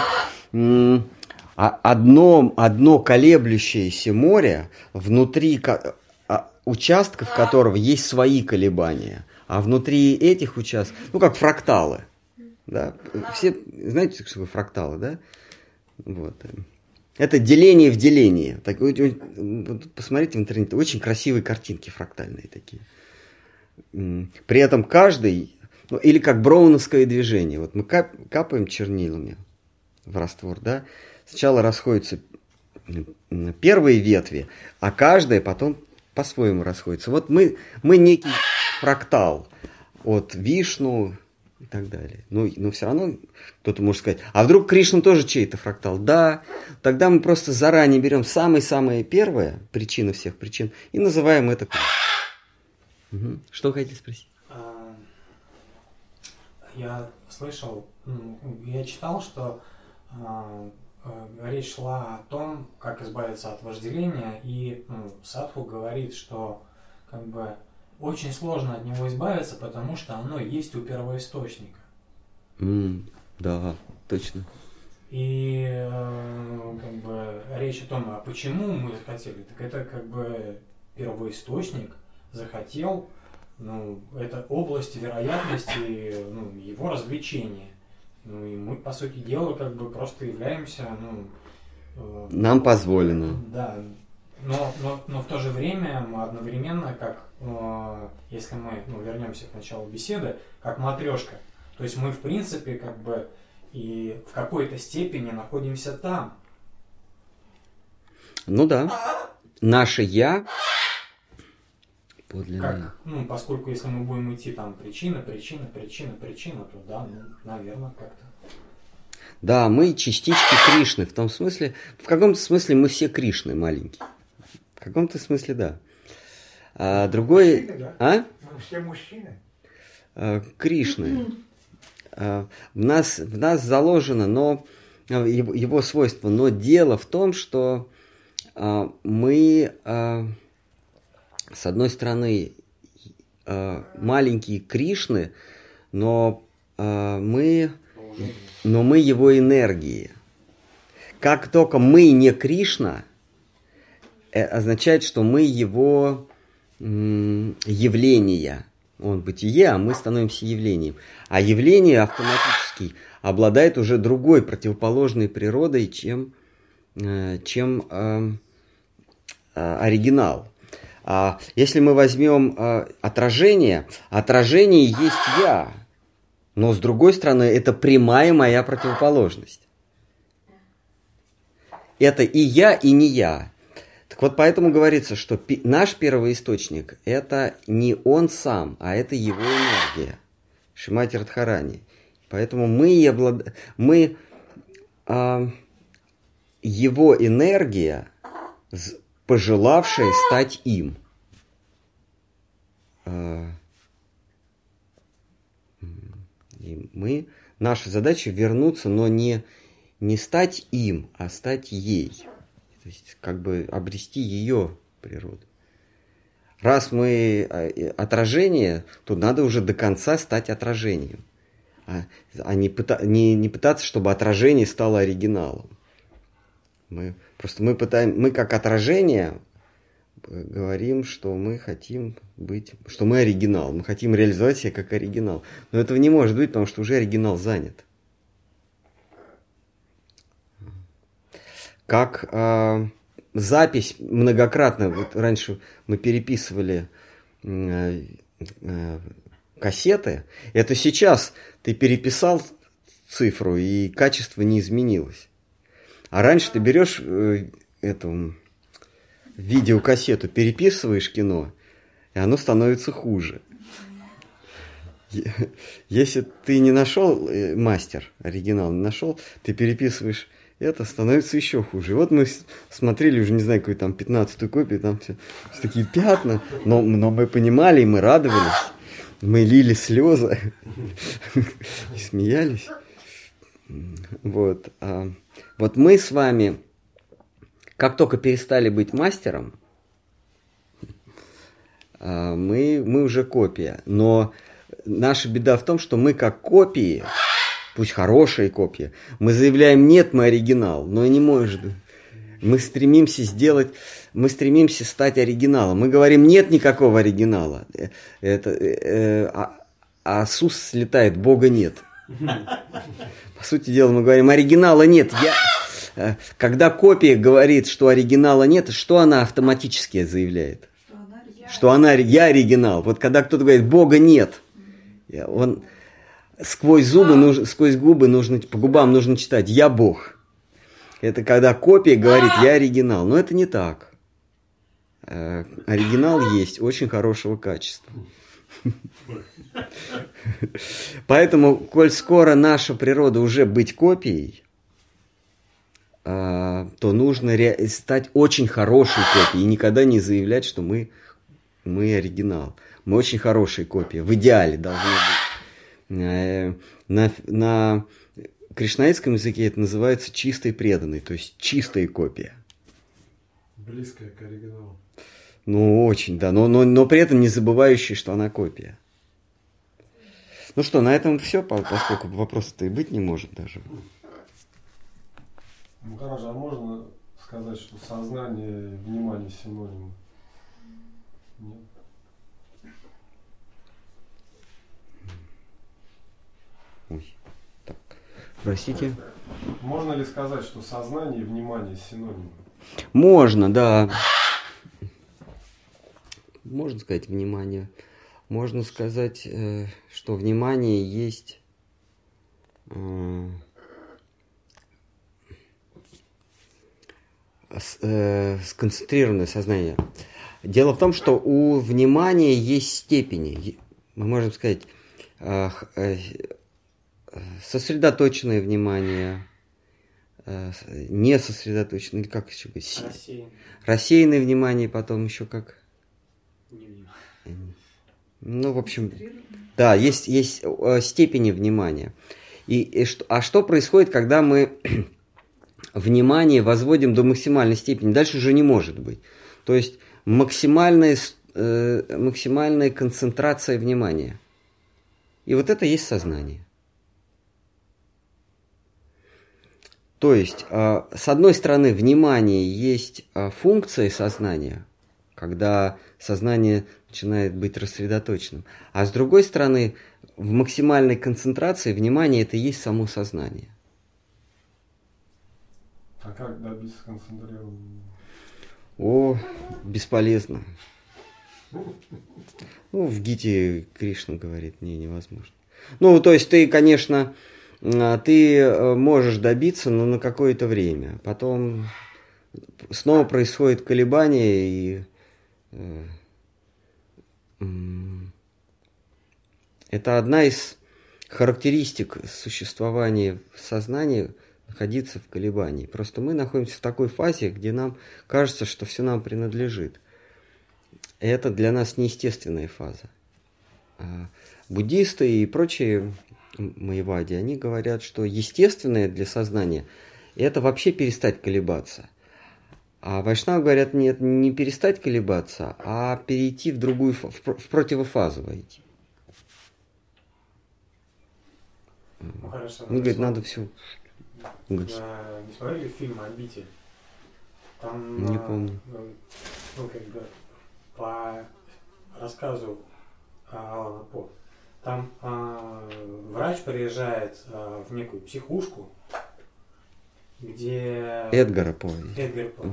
одно колеблющееся море, внутри участков которого есть свои колебания. А внутри этих участков, как фракталы. Да? Все знаете, что такое фракталы, да? Вот. Это деление в делении. Так, посмотрите в интернете, очень красивые картинки фрактальные такие. При этом каждый, или как броуновское движение. Вот мы капаем чернилами в раствор, да? Сначала расходятся первые ветви, а каждая потом по-своему расходится. Вот мы некий фрактал от Вишну и так далее. Но все равно кто-то может сказать, а вдруг Кришна тоже чей-то фрактал? Да, тогда мы просто заранее берем самое-самое первое, причина всех причин, и называем это Кришной. Угу. Что хотите спросить? Я слышал, я читал, что речь шла о том, как избавиться от вожделения, и садху говорит, что как бы очень сложно от него избавиться, потому что оно есть у первоисточника. Да, точно. И как бы речь о том, а почему мы захотели, так это как бы первоисточник захотел, это область вероятности, его развлечения. И мы, по сути дела, как бы просто являемся, нам позволено. Да, но в то же время мы одновременно, как, если мы вернемся к началу беседы, как матрешка. То есть мы, в принципе, как бы и в какой-то степени находимся там. Ну да. Наше «я» подлинное. Поскольку если мы будем идти там причина, то да, наверное, как-то. Да, мы частички Кришны, в каком-то смысле мы все Кришны маленькие. В каком-то смысле, да. А другой... Мужчины, да? А? Мы все мужчины. Кришны. В нас заложено, но его свойство. Но дело в том, что мы, с одной стороны, маленькие Кришны, но мы его энергии. Как только мы не Кришна, означает, что мы его явления. Он бытие, а мы становимся явлением. А явление автоматически обладает уже другой противоположной природой, чем оригинал. Если мы возьмем отражение есть я, но с другой стороны это прямая моя противоположность. Это и я, и не я. Так вот, поэтому говорится, что наш первоисточник – это не он сам, а это его энергия. Шримати Радхарани. Поэтому его энергия, пожелавшая стать им. Наша задача вернуться, но не стать им, а стать ей. То есть как бы обрести ее природу. Раз мы отражение, то надо уже до конца стать отражением. А не пытаться, чтобы отражение стало оригиналом. Мы как отражение говорим, что мы хотим быть, что мы оригинал. Мы хотим реализовать себя как оригинал. Но этого не может быть, потому что уже оригинал занят. Как запись многократно, вот раньше мы переписывали кассеты, это сейчас ты переписал цифру, и качество не изменилось. А раньше ты берешь эту видеокассету, переписываешь кино, и оно становится хуже. Если ты не нашел мастер, оригинал не нашел, ты переписываешь, это становится еще хуже. И вот мы смотрели уже, не знаю, какую там 15-ю копию, там все такие пятна, но мы понимали, и мы радовались, мы лили слезы и смеялись. Вот. Вот мы с вами, как только перестали быть мастером, мы уже копия. Но наша беда в том, что мы как копии, пусть хорошие копии, мы заявляем, нет, мы оригинал, но не может быть. Мы стремимся стать оригиналом. Мы говорим, нет никакого оригинала. А Иисус слетает, Бога нет. По сути дела, мы говорим, оригинала нет. Когда копия говорит, что оригинала нет, что она автоматически заявляет? Что я оригинал. Вот когда кто-то говорит, Бога нет, он сквозь губы нужно, по губам нужно читать, я Бог. Это когда копия говорит, я оригинал. Но это не так. Оригинал есть очень хорошего качества. Поэтому, коль скоро наша природа уже быть копией, то нужно стать очень хорошей копией и никогда не заявлять, что мы оригинал. Мы очень хорошие копии. В идеале должны быть. На кришнаитском языке это называется чистой преданной, то есть чистая копия. Близкая к оригиналу. Ну, очень, да, но при этом не забывающий, что она копия. Ну что, на этом все, поскольку вопроса-то и быть не может даже. Махарадж, а можно сказать, что сознание и внимание синонимы? Нет? Ой, так, простите. Можно ли сказать, что сознание и внимание синонимы? Можно, да. Можно сказать внимание. Можно сказать, что внимание есть сконцентрированное сознание. Дело в том, что у внимания есть степени. Мы можем сказать сосредоточенное внимание, не сосредоточенное, или как еще говорить? Рассеянное внимание, потом еще как? Ну, в общем, да, есть степени внимания. А что происходит, когда мы внимание возводим до максимальной степени? Дальше уже не может быть. То есть максимальная концентрация внимания. И вот это есть сознание. То есть, с одной стороны, внимание есть функция сознания, когда сознание начинает быть рассредоточенным. А с другой стороны, в максимальной концентрации внимание это и есть само сознание. А как добиться концентрированного? Бесполезно. В Гите Кришна говорит, невозможно. То есть ты, конечно, ты можешь добиться, но на какое-то время. Потом снова происходит колебание, и это одна из характеристик существования сознания — находиться в колебании. Просто мы находимся в такой фазе, где нам кажется, что все нам принадлежит. И это для нас неестественная фаза. Буддисты и прочие Майявади, они говорят, что естественное для сознания – это вообще перестать колебаться. А вайшнавы говорят, нет, не перестать колебаться, а перейти в другую, в противофазу войти. Ну, хорошо. Ну, говорит, надо все. Не смотрели фильм «Обитель»? Там, Не помню. ну, как бы, по рассказу Алана По, там врач приезжает в некую психушку, где... Эдгара По. Эдгар По.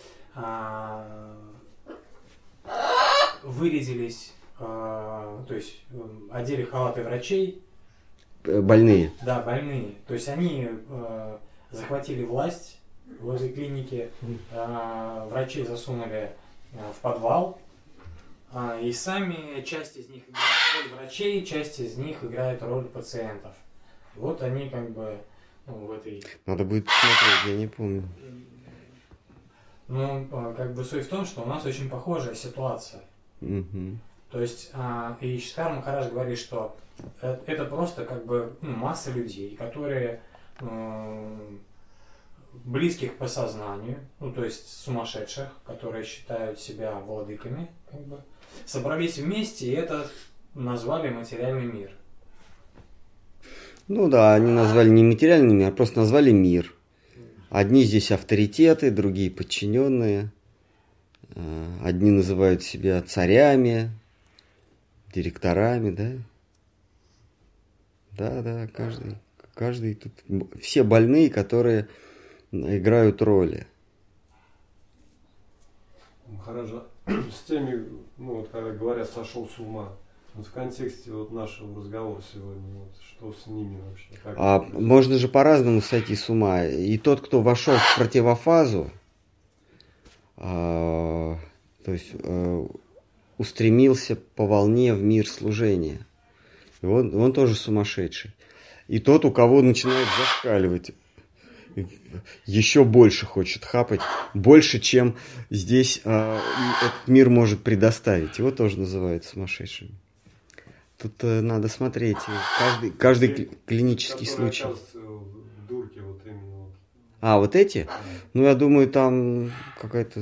Вырядились, то есть одели халаты врачей. Больные. Да, больные. То есть они захватили власть возле клиники, врачей засунули в подвал, и сами часть из них играет роль врачей, часть из них играет роль пациентов. И вот они как бы в этой... Надо будет посмотреть, я не помню. Ну, как бы суть в том, что у нас очень похожая ситуация. Угу. То есть, и Шридхар Махарадж говорит, что это просто как бы масса людей, которые близких по сознанию, ну то есть сумасшедших, которые считают себя владыками, как бы, собрались вместе и это назвали материальный мир. Ну да, они назвали не материальный мир, а просто назвали мир. Одни здесь авторитеты, другие подчиненные. Одни называют себя царями, директорами, да? Да, каждый тут... Все больные, которые играют роли. Хорошо. С теми, ну вот когда говорят «сошел с ума», вот в контексте вот нашего разговора сегодня, вот, что с ними вообще? Можно же по-разному сойти с ума. И тот, кто вошел в противофазу, то есть устремился по волне в мир служения. И он тоже сумасшедший. И тот, у кого начинает зашкаливать, еще больше хочет хапать, больше, чем здесь этот мир может предоставить. Его тоже называют сумасшедшим. Тут надо смотреть каждый клинический случай. Дурки вот именно. Вот эти? Ну, я думаю, там какая-то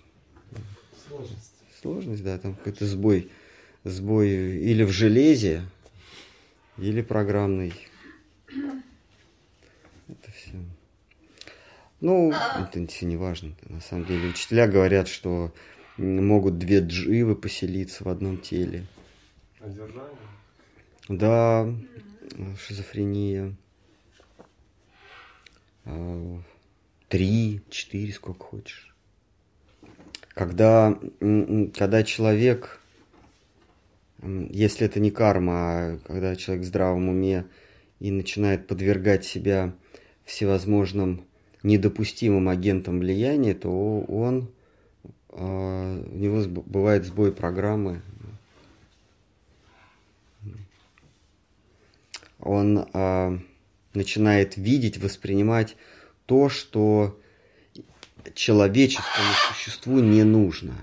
сложность, да, там какой-то сбой или в железе, или программный. Это все. Ну, это все не важно. На самом деле, учителя говорят, что могут две дживы поселиться в одном теле. Одержание? Да, шизофрения. 3, 4, сколько хочешь. Когда человек, если это не карма, а когда человек в здравом уме и начинает подвергать себя всевозможным недопустимым агентам влияния, то у него бывает сбой программы. Он начинает видеть, воспринимать то, что человеческому существу не нужно.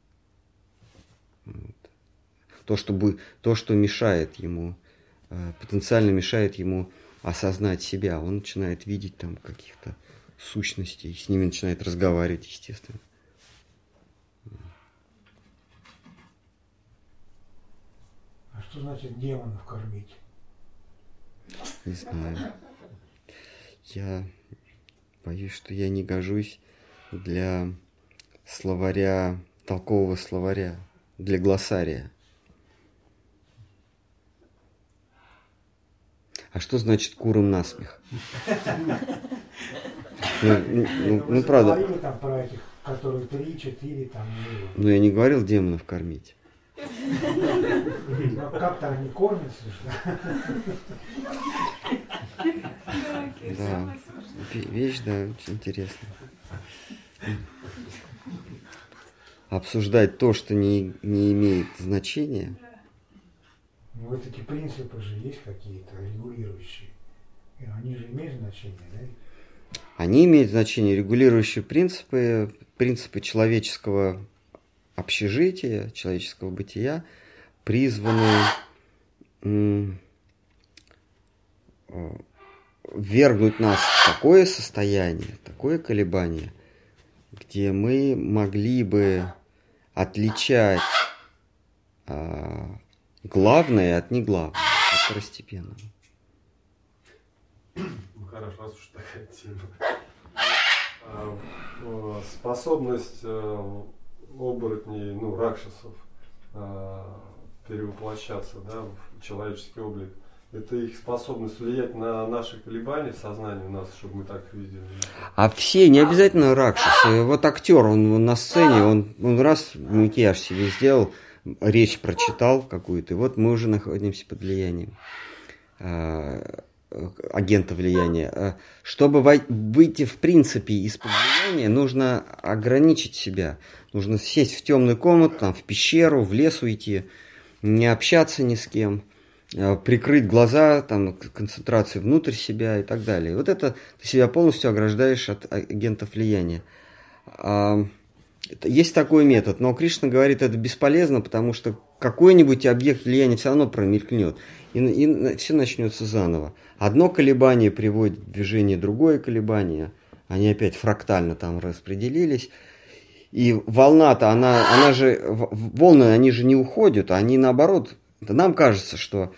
То, что мешает ему, потенциально мешает ему осознать себя. Он начинает видеть там каких-то сущностей, с ними начинает разговаривать, естественно. А что значит демонов кормить? Не знаю. Я боюсь, что я не гожусь для словаря, толкового словаря, для глоссария. А что значит курам насмех? Ну, правда. Говорили там про этих, которые 3-4 там. Ну, я не говорил демонов кормить. Но как-то они кормятся, что? Да. Вещь, да, очень интересная. Обсуждать то, что не имеет значения. Ну, вот эти принципы же есть какие-то регулирующие. И они же имеют значение, да? Они имеют значение, регулирующие принципы человеческого общежития, человеческого бытия, призваны ввергнуть нас в такое состояние, в такое колебание, где мы могли бы отличать главное от неглавного, от второстепенного. Ну хорошо, раз уж такая тема. Способность оборотней, ну, ракшасов, перевоплощаться, да, в человеческий облик, это их способность влиять на наши колебания в сознании у нас, чтобы мы так видели. А все, не обязательно ракшасы. Вот актер, он на сцене, он раз макияж себе сделал, речь прочитал какую-то, и вот мы уже находимся под влиянием агента влияния. Чтобы выйти в принципе из-под влияния, нужно ограничить себя. Нужно сесть в темную комнату, там, в пещеру, в лес уйти, не общаться ни с кем, прикрыть глаза, там, концентрацию внутрь себя и так далее. Вот это ты себя полностью ограждаешь от агентов влияния. Есть такой метод, но Кришна говорит, это бесполезно, потому что какой-нибудь объект влияния все равно промелькнет, и все начнется заново. Одно колебание приводит в движение другое колебание, они опять фрактально там распределились, и волна-то, она же, волны, они же не уходят, они наоборот, нам кажется, что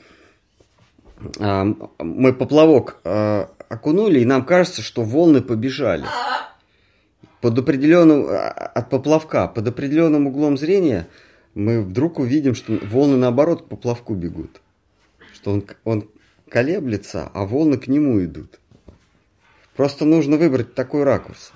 мы поплавок окунули, и нам кажется, что волны побежали. Под определенным, от поплавка, под определенным углом зрения мы вдруг увидим, что волны наоборот к поплавку бегут. Что он колеблется, а волны к нему идут. Просто нужно выбрать такой ракурс.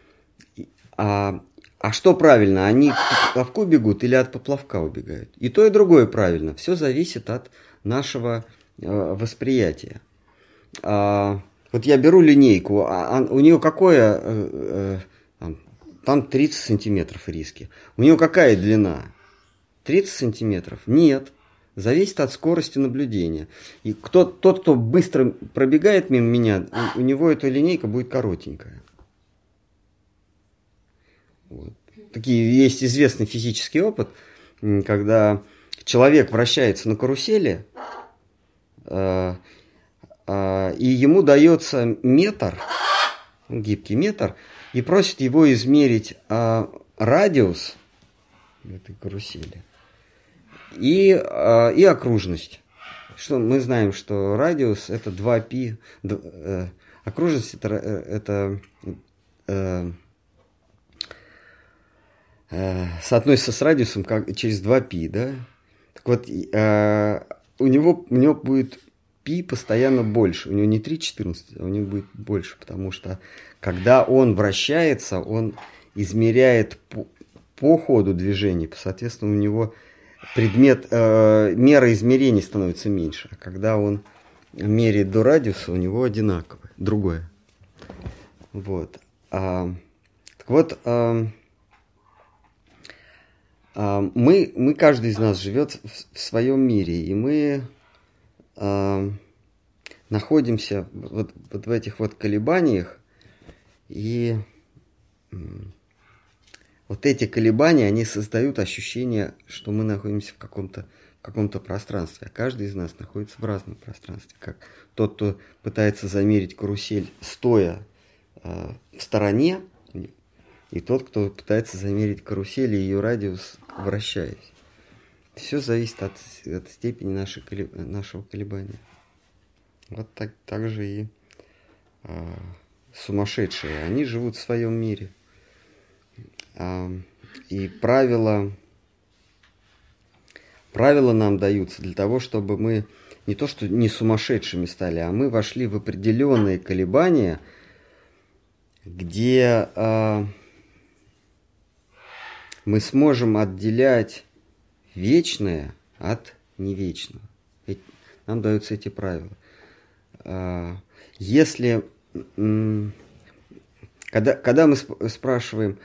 А что правильно? Они к поплавку бегут или от поплавка убегают? И то, и другое правильно. Все зависит от нашего восприятия. Вот я беру линейку, у нее какое... Там 30 сантиметров риски. У него какая длина? 30 сантиметров? Нет. Зависит от скорости наблюдения. И тот, кто быстро пробегает мимо меня, у него эта линейка будет коротенькая. Вот. Такие есть известный физический опыт, когда человек вращается на карусели, и ему дается метр, гибкий метр, и просит его измерить радиус этой карусели и окружность. Что мы знаем, что радиус это 2π, окружность это соотносится с радиусом как через 2π, да? Так вот, у него будет π постоянно больше. У него не 3,14, а у него будет больше, потому что когда он вращается, он измеряет по ходу движения, соответственно, у него мера измерений становится меньше. А когда он меряет до радиуса, у него одинаковое, другое. Вот. Так вот, мы, каждый из нас живет в своем мире, и мы находимся вот в этих вот колебаниях, и вот эти колебания, они создают ощущение, что мы находимся в каком-то пространстве, а каждый из нас находится в разном пространстве. Как тот, кто пытается замерить карусель, стоя в стороне, и тот, кто пытается замерить карусель и ее радиус, вращаясь. Все зависит от степени нашего колебания. Вот так же и сумасшедшие. Они живут в своем мире. И правила нам даются для того, чтобы мы не то что не сумасшедшими стали, а мы вошли в определенные колебания, где мы сможем отделять вечное от невечного. Нам даются эти правила. Если, когда мы спрашиваем,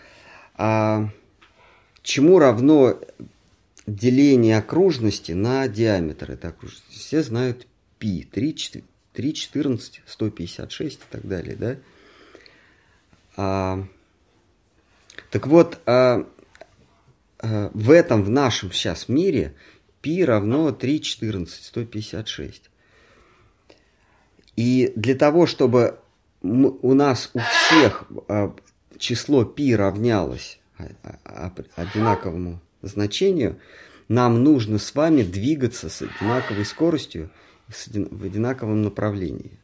чему равно деление окружности на диаметр этой окружности, все знают π, 3,14, 156 и так далее, да? Так вот, в нашем сейчас мире π равно 3,14, 156. И для того, чтобы у нас у всех число π равнялось одинаковому значению, нам нужно с вами двигаться с одинаковой скоростью в одинаковом направлении.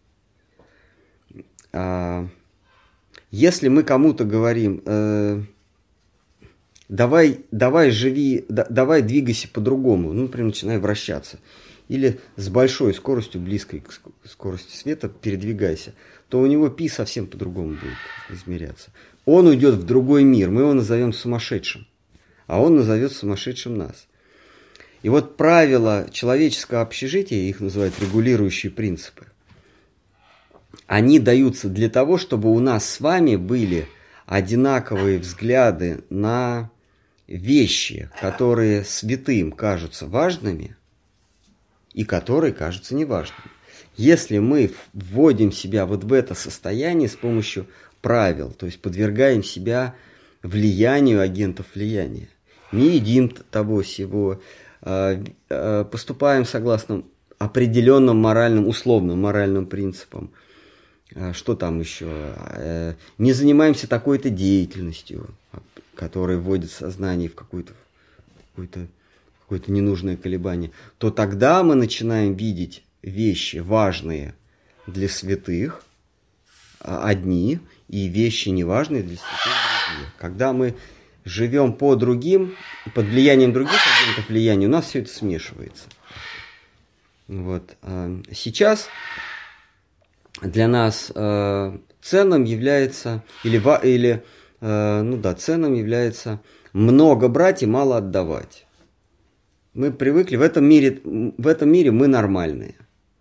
Если мы кому-то говорим, давай живи, давай двигайся по-другому, ну, например, начинай вращаться, или с большой скоростью, близкой к скорости света, передвигайся, то у него π совсем по-другому будет измеряться. Он уйдет в другой мир, мы его назовем сумасшедшим, а он назовет сумасшедшим нас. И вот правила человеческого общежития, их называют регулирующие принципы, они даются для того, чтобы у нас с вами были одинаковые взгляды на вещи, которые святым кажутся важными и которые кажутся неважными. Если мы вводим себя вот в это состояние с помощью правил, то есть подвергаем себя влиянию агентов влияния, не едим того-сего, поступаем согласно определенным моральным, условным моральным принципам, что там еще, не занимаемся такой-то деятельностью, которая вводит сознание в какое-то ненужное колебание, то тогда мы начинаем видеть вещи важные для святых одни и вещи неважные для святых другие. Когда мы живем под влиянием других агентов влияния, у нас все это смешивается. Вот. Сейчас для нас ценным является ценным является много брать и мало отдавать. Мы привыкли, в этом мире мы нормальные.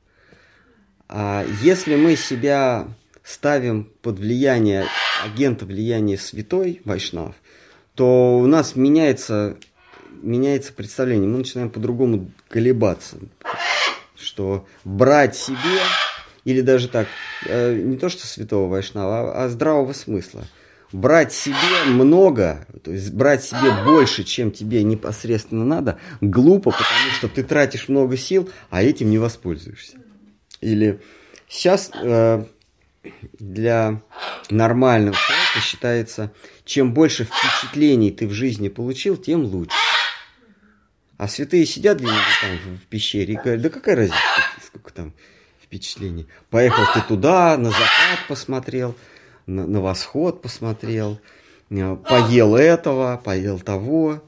А если мы себя ставим под влияние агента влияния святой, вайшнав, то у нас меняется представление, мы начинаем по-другому колебаться, что брать себе, или даже так, не то что святого вайшнава, а здравого смысла, брать себе много, то есть брать себе больше, чем тебе непосредственно надо, глупо, потому что ты тратишь много сил, а этим не воспользуешься. Или сейчас для нормального человека считается, чем больше впечатлений ты в жизни получил, тем лучше. А святые сидят где-нибудь там в пещере и говорят, да какая разница, сколько там впечатлений. Поехал ты туда, на закат посмотрел, на восход посмотрел, поел этого, поел того,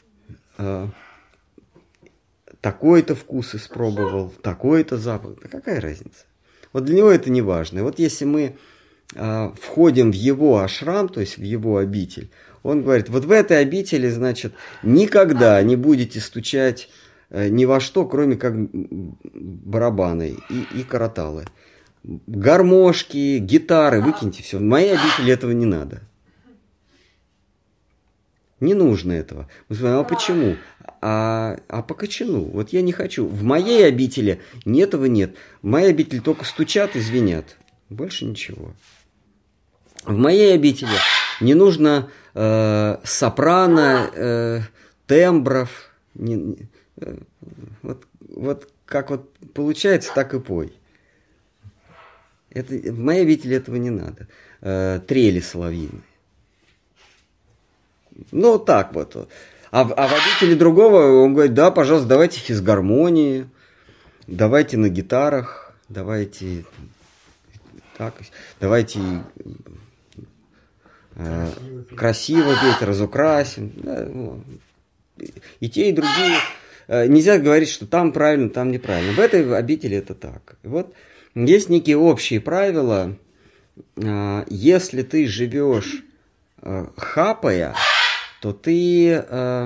такой-то вкус испробовал, такой-то запах. Да какая разница? Вот для него это не важно. И вот если мы входим в его ашрам, то есть в его обитель, он говорит, вот в этой обители, значит, никогда не будете стучать ни во что, кроме как барабаны и караталы. Гармошки, гитары, выкиньте все. В моей обители этого не надо. Не нужно этого. Мы говорим, а почему? А по кочану. Вот я не хочу. В моей обители этого нет. В моей обители только стучат и звенят. Больше ничего. В моей обители не нужно сопрано, тембров. Вот как вот получается, так и пой. В моей обители этого не надо. Трели соловьиные. Ну, так вот. А в обители другого он говорит, да, пожалуйста, давайте физгармонии, давайте на гитарах, давайте так, давайте красиво петь, разукрасим. Да, ну. И те, и другие. Нельзя говорить, что там правильно, там неправильно. В этой обители это так. Вот есть некие общие правила. Если ты живешь хапая, то ты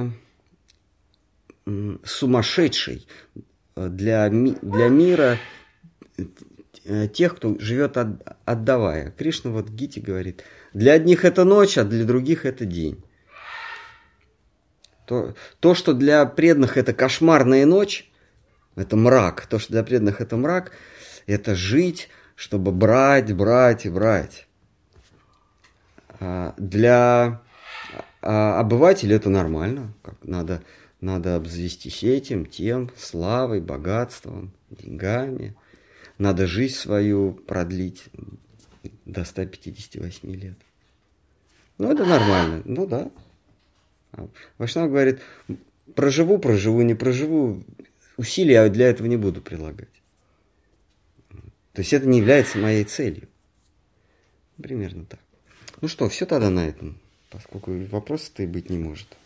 сумасшедший для мира тех, кто живет отдавая. Кришна вот в Гите говорит, для одних это ночь, а для других это день. То, что для преданных это кошмарная ночь, это мрак. То, что для преданных это мрак, это жить, чтобы брать и брать. Для обывателя это нормально. Надо обзавестись этим, тем, славой, богатством, деньгами. надо жизнь свою продлить до 158 лет. Ну, это нормально. Ну, да. Вайшнава говорит, проживу, не проживу, усилий я для этого не буду прилагать. То есть это не является моей целью. Примерно так. Ну что, все тогда на этом, поскольку вопросов-то и быть не может.